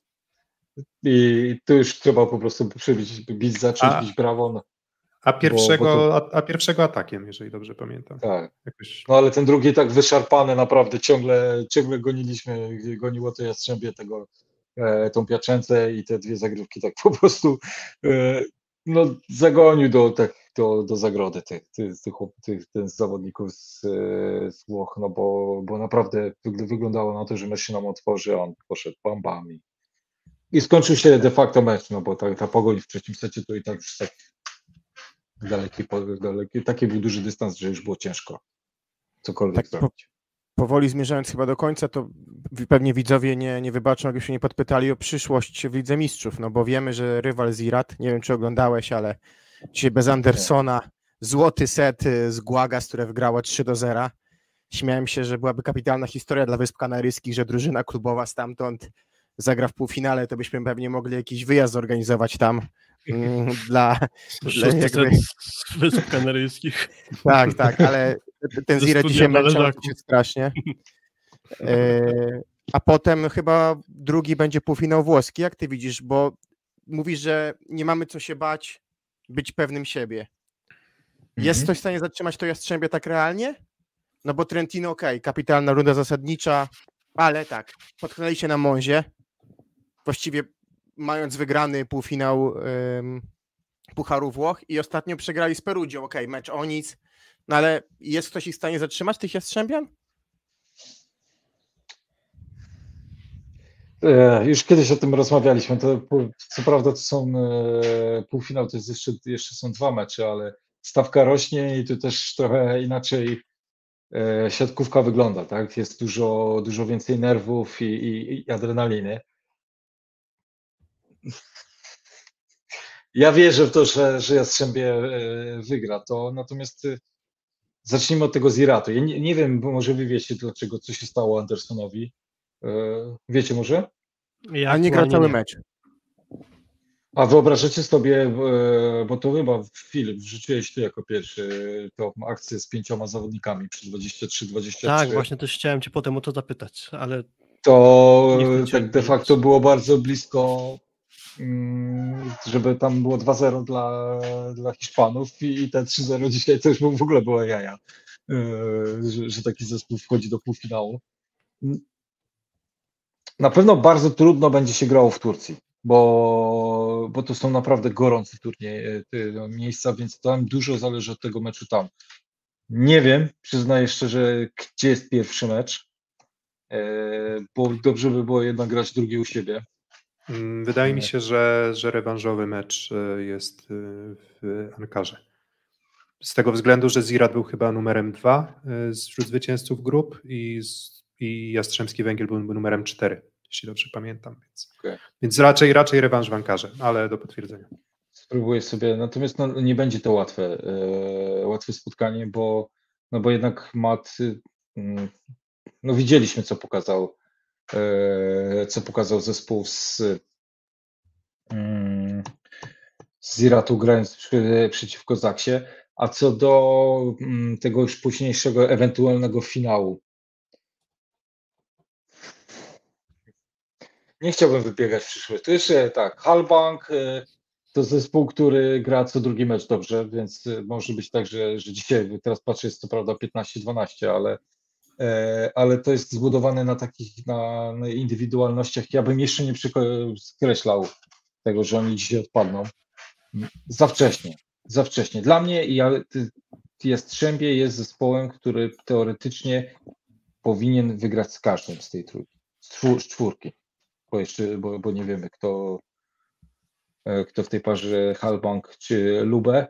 i tu już trzeba po prostu przybić, bić zacząć, A- bić brawo. No, A pierwszego, Bo- bo a, a pierwszego atakiem, jeżeli dobrze pamiętam. tak. Jakoś, No ale ten drugi tak wyszarpany, naprawdę ciągle, ciągle goniliśmy, goniło to Jastrzębie tego, e, tą Piaczęcę i te dwie zagrywki tak po prostu e, no, zagonił do, tak, do, do zagrody tych, tych, tych, chłop- tych, tych zawodników z, e, z Włoch, no bo, bo naprawdę wygl- wyglądało na to, że mecz się nam otworzy, a on poszedł bam bam i, i skończył się de facto mecz, no bo ta, ta pogoń w trzecim secie to i tak już tak daleki, po- daleki, taki był duży dystans, że już było ciężko cokolwiek Tak, po- zrobić. powoli zmierzając chyba do końca, to wi- pewnie widzowie nie, nie wybaczą, jakby się nie podpytali o przyszłość w Lidze Mistrzów, no bo wiemy, że rywal z Irat, nie wiem czy oglądałeś, ale dzisiaj bez Andersona, złoty set y, z Guagas, które wygrała trzy do zera. Śmiałem się, że byłaby kapitalna historia dla Wysp Kanaryjskich, że drużyna klubowa stamtąd zagra w półfinale, to byśmy pewnie mogli jakiś wyjazd zorganizować tam mm, dla, dla Szósty jakby, set z Wysp Kanaryjskich. tak, tak, ale ten Ze Zira studia dzisiaj na męczał leżaku. się strasznie. E, a potem chyba drugi będzie półfinał włoski. Jak ty widzisz? Bo mówisz, że nie mamy co się bać, być pewnym siebie. Jest Mhm. ktoś w stanie zatrzymać to Jastrzębie tak realnie? No bo Trentino, okej, kapitalna runda zasadnicza, ale tak, potknęli się na Monzie, właściwie mając wygrany półfinał ym, Pucharu Włoch i ostatnio przegrali z Perugią, okej, mecz o nic, no ale jest ktoś ich w stanie zatrzymać, tych Jastrzębian? E, Już kiedyś o tym rozmawialiśmy. To, pół- co prawda to są e, półfinał, to jest jeszcze, jeszcze są dwa mecze, ale stawka rośnie i tu też trochę inaczej e, siatkówka wygląda, tak? Jest dużo, dużo więcej nerwów i, i, i adrenaliny. Ja wierzę w to, że, że Jastrzębie e, wygra to, natomiast e, zacznijmy od tego Ziratu. Ja nie, nie wiem, bo może wy wiecie dlaczego, co się stało Andersonowi. E, Wiecie może? Ja A nie gra aktualnie cały nie. mecz. A wyobrażacie sobie, e, bo to chyba Filip, wrzuciłeś ty jako pierwszy tą akcję z pięcioma zawodnikami przy dwadzieścia trzy dwadzieścia trzy. Tak, właśnie też chciałem cię potem o to zapytać, ale To Nie chcę cię tak de odbijać. facto było bardzo blisko, mm, żeby tam było dwa zero dla, dla Hiszpanów i, i te trzy zero dzisiaj to już w ogóle było jaja, e, że, że taki zespół wchodzi do półfinału. Na pewno bardzo trudno będzie się grało w Turcji, bo, bo to są naprawdę gorące turnieje, te miejsca, więc tam dużo zależy od tego meczu tam. Nie wiem, przyznaję szczerze, gdzie jest pierwszy mecz, e, bo dobrze by było jednak grać drugi u siebie. Mm, Wydaje mi się, że, że rewanżowy mecz e, jest e, w Ankarze. Z tego względu, że Zirat był chyba numerem dwa e, wśród zwycięzców grup i, z- i Jastrzębski Węgiel był numerem cztery, jeśli dobrze pamiętam. Więc, Okej. więc raczej, raczej rewanż w Ankarze, ale do potwierdzenia. Spróbuję sobie, natomiast no, nie będzie to łatwe, e, łatwe spotkanie, bo, no bo jednak Mat, y, mm, no widzieliśmy co pokazał, e, co pokazał zespół z, mm, z Ziratu grając przy, przeciwko Zaksie, a co do mm, tego już późniejszego ewentualnego finału. Nie chciałbym wybiegać w przyszłość. To jeszcze tak, Halbank e, to zespół, który gra co drugi mecz dobrze, więc e, może być tak, że, że dzisiaj, teraz patrzę, jest co prawda piętnaście dwanaście, ale, e, ale to jest zbudowane na takich na, na indywidualnościach. Ja bym jeszcze nie przyko- skreślał tego, że oni dzisiaj odpadną. Za wcześnie, za wcześnie. Dla mnie ja, ty- Jastrzębie jest zespołem, który teoretycznie powinien wygrać z każdym z tej trójki, z czwór- z czwórki, bo jeszcze, bo, bo nie wiemy, kto, e, kto w tej parze Halbank czy Lubę,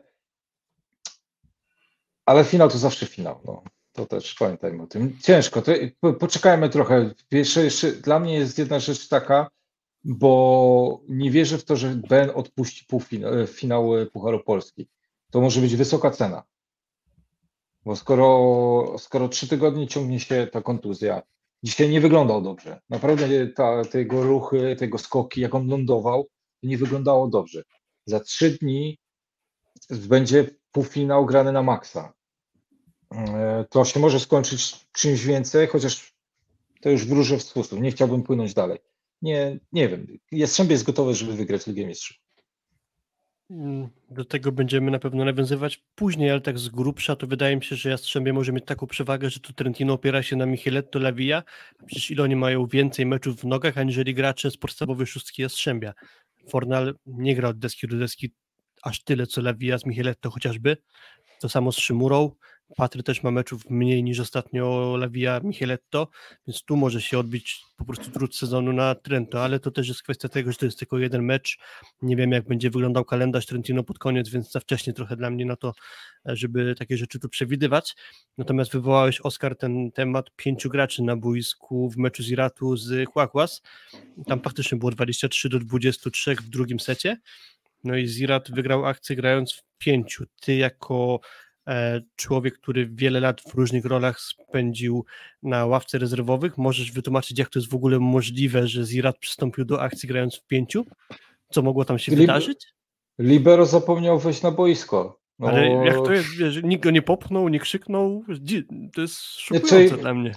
ale finał to zawsze finał, no. To też pamiętajmy o tym. Ciężko, to, po- poczekajmy trochę. Jeszcze, jeszcze, dla mnie jest jedna rzecz taka, bo nie wierzę w to, że Ben odpuści półfinał, finał Pucharu Polski. To może być wysoka cena, bo skoro, skoro trzy tygodnie ciągnie się ta kontuzja, dzisiaj nie wyglądał dobrze. Naprawdę ta, te jego ruchy, te jego skoki, jak on lądował, to nie wyglądało dobrze. Za trzy dni będzie półfinał grany na maksa. E, To się może skończyć czymś więcej, chociaż to już wróżę w sposób. Nie chciałbym płynąć dalej. Nie, nie wiem. Jastrzębie jest gotowe, żeby wygrać Ligę Mistrzów. Mm, Do tego będziemy na pewno nawiązywać później, ale tak z grubsza to wydaje mi się, że Jastrzębie może mieć taką przewagę, że tu Trentino opiera się na Micheletto Lavia, a przecież ile oni mają więcej meczów w nogach, aniżeli gracze z podstawowej szóstki Jastrzębia. Fornal nie gra od deski do deski aż tyle, co Lavia z Micheletto chociażby. To samo z Szymurą. Patry też ma meczów mniej niż ostatnio Lavia Micheletto, więc tu może się odbić po prostu trud sezonu na Trento, ale to też jest kwestia tego, że to jest tylko jeden mecz. Nie wiem, jak będzie wyglądał kalendarz Trentino pod koniec, więc za wcześnie trochę dla mnie na to, żeby takie rzeczy tu przewidywać. Natomiast wywołałeś, Oskar, ten temat pięciu graczy na boisku w meczu z Iratu z Kłakłas. Tam faktycznie było dwadzieścia trzy do dwudziestu trzech w drugim secie. No i Zirat wygrał akcję grając w pięciu. Ty jako e, człowiek, który wiele lat w różnych rolach spędził na ławce rezerwowych, możesz wytłumaczyć, jak to jest w ogóle możliwe, że Zirat przystąpił do akcji grając w pięciu? Co mogło tam się Lib- wydarzyć? Libero zapomniał wejść na boisko. No, Ale jak to jest, wiesz, nikt go nie popchnął, nie krzyknął, dzi- to jest Znaczy- szokujące dla mnie.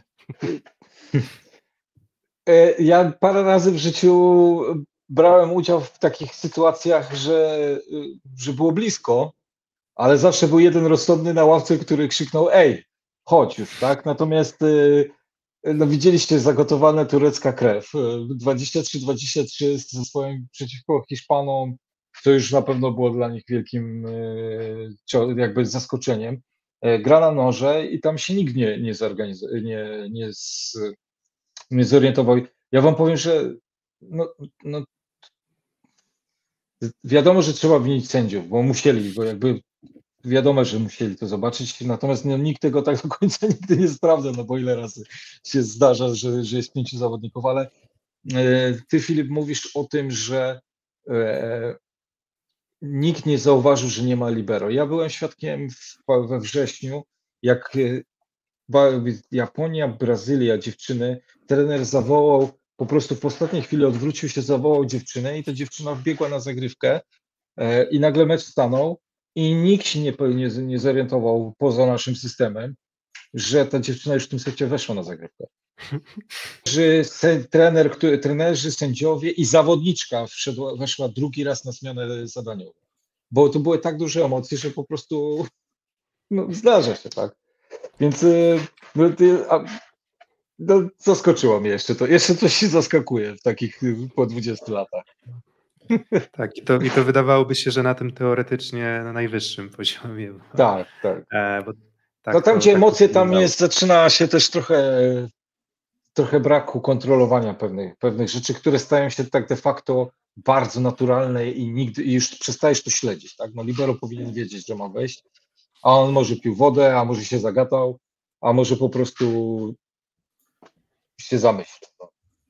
E, Ja parę razy w życiu brałem udział w takich sytuacjach, że, że było blisko, ale zawsze był jeden rozsądny na ławce, który krzyknął: ej, chodź już, tak? Natomiast e, no, widzieliście zagotowana turecka krew. E, dwadzieścia trzy dwadzieścia trzy ze swoim przeciwko Hiszpanom, to już na pewno było dla nich wielkim e, cio- jakby zaskoczeniem. E, Gra na noże i tam się nikt nie, nie zorganizował, nie, nie, z, nie zorientował. Ja wam powiem, że no, no, wiadomo, że trzeba winić sędziów, bo musieli, bo jakby wiadomo, że musieli to zobaczyć, natomiast no, nikt tego tak do końca nigdy nie sprawdza, no bo ile razy się zdarza, że, że jest pięciu zawodników, ale e, ty, Filip, mówisz o tym, że e, nikt nie zauważył, że nie ma libero. Ja byłem świadkiem w, we wrześniu, jak Japonia, Brazylia, dziewczyny, trener zawołał, po prostu w ostatniej chwili odwrócił się, zawołał dziewczynę i ta dziewczyna wbiegła na zagrywkę e, i nagle mecz stanął i nikt się nie, nie, nie zorientował poza naszym systemem, że ta dziewczyna już w tym secie weszła na zagrywkę. Że se, trener, który, trenerzy, sędziowie i zawodniczka wszedła, weszła drugi raz na zmianę zadaniową. Bo to były tak duże emocje, że po prostu no, zdarza się, tak. Więc no, a, no, zaskoczyło mnie jeszcze to. Jeszcze coś się zaskakuje w takich po dwudziestu latach. Tak, i to, i to wydawałoby się, że na tym teoretycznie na najwyższym poziomie. Bo, tak, tak. E, bo, tak no tam, to, gdzie tak emocje, to tam wyglądało. jest, zaczyna się też trochę, trochę braku kontrolowania pewnych, pewnych rzeczy, które stają się tak de facto bardzo naturalne i nigdy i już przestajesz to śledzić. Tak? No libero powinien wiedzieć, że ma wejść, a on może pił wodę, a może się zagadał, a może po prostu się zamyślił. No.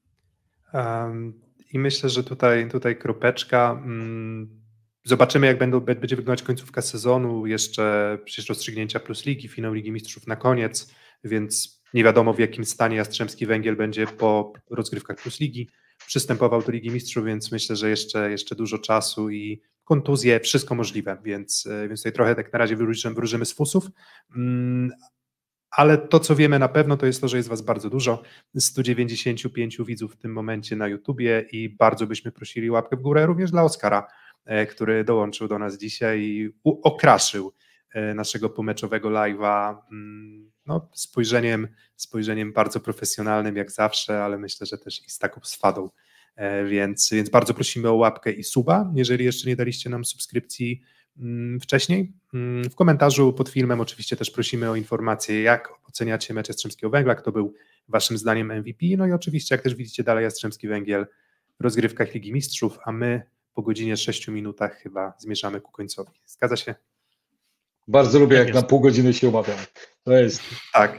Um, I myślę, że tutaj, tutaj kropeczka. Mm, zobaczymy, jak będą, będzie wyglądać końcówka sezonu. Jeszcze przecież rozstrzygnięcia Plus Ligi, finał Ligi Mistrzów na koniec, więc nie wiadomo, w jakim stanie Jastrzębski Węgiel będzie po rozgrywkach Plus Ligi. Przystępował do Ligi Mistrzów, więc myślę, że jeszcze, jeszcze dużo czasu i kontuzje, wszystko możliwe, więc, więc tutaj trochę tak na razie wróżymy, wróżymy z fusów. Mm, ale to, co wiemy na pewno, to jest to, że jest was bardzo dużo, sto dziewięćdziesiąt pięć widzów w tym momencie na YouTubie i bardzo byśmy prosili łapkę w górę również dla Oskara, który dołączył do nas dzisiaj i okraszył naszego pomeczowego live'a no, spojrzeniem, spojrzeniem bardzo profesjonalnym jak zawsze, ale myślę, że też i z taką swadą, więc, więc bardzo prosimy o łapkę i suba, jeżeli jeszcze nie daliście nam subskrypcji wcześniej. W komentarzu pod filmem oczywiście też prosimy o informację, jak oceniacie mecz Jastrzębskiego Węgla, kto był waszym zdaniem M V P, no i oczywiście, jak też widzicie dalej Jastrzębski Węgiel w rozgrywkach Ligi Mistrzów, a my po godzinie sześciu minutach chyba zmierzamy ku końcowi. Zgadza się? Bardzo lubię, Tak jak jest. na pół godziny się umawiam. To jest... Tak.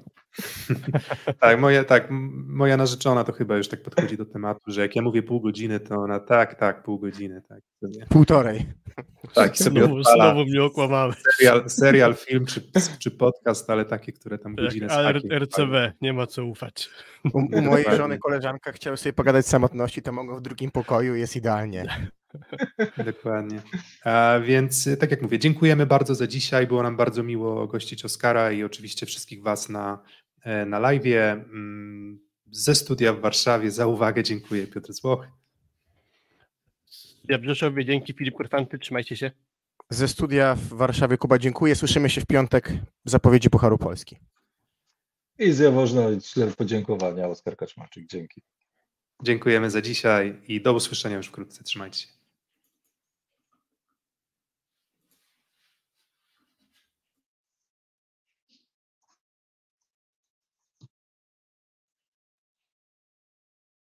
tak, moja, tak, moja narzeczona to chyba już tak podchodzi do tematu, że jak ja mówię pół godziny, to ona tak, tak, pół godziny. Tak, sobie, Półtorej. tak sobie Znowu, odpala znowu mnie okłamałeś. serial, serial, film czy, czy podcast, ale takie, które tam godzinę Tak, ale z hakiem. R C B, nie ma co ufać. U, u mojej żony koleżanka chciała sobie pogadać z samotności, to mogą w drugim pokoju, jest idealnie. Dokładnie. A więc tak jak mówię, dziękujemy bardzo za dzisiaj. Było nam bardzo miło gościć Oskara i oczywiście wszystkich was na, na live'ie. Ze studia w Warszawie za uwagę dziękuję, Piotr Złoch. Ja w Rzeszowie, dzięki, Filip Korfanty, trzymajcie się. Ze studia w Warszawie Kuba, dziękuję. Słyszymy się w piątek w zapowiedzi Pucharu Polski. I z można śled podziękowania, Oskar Kaczmarczyk. Dzięki. Dziękujemy za dzisiaj i do usłyszenia już wkrótce. Trzymajcie się.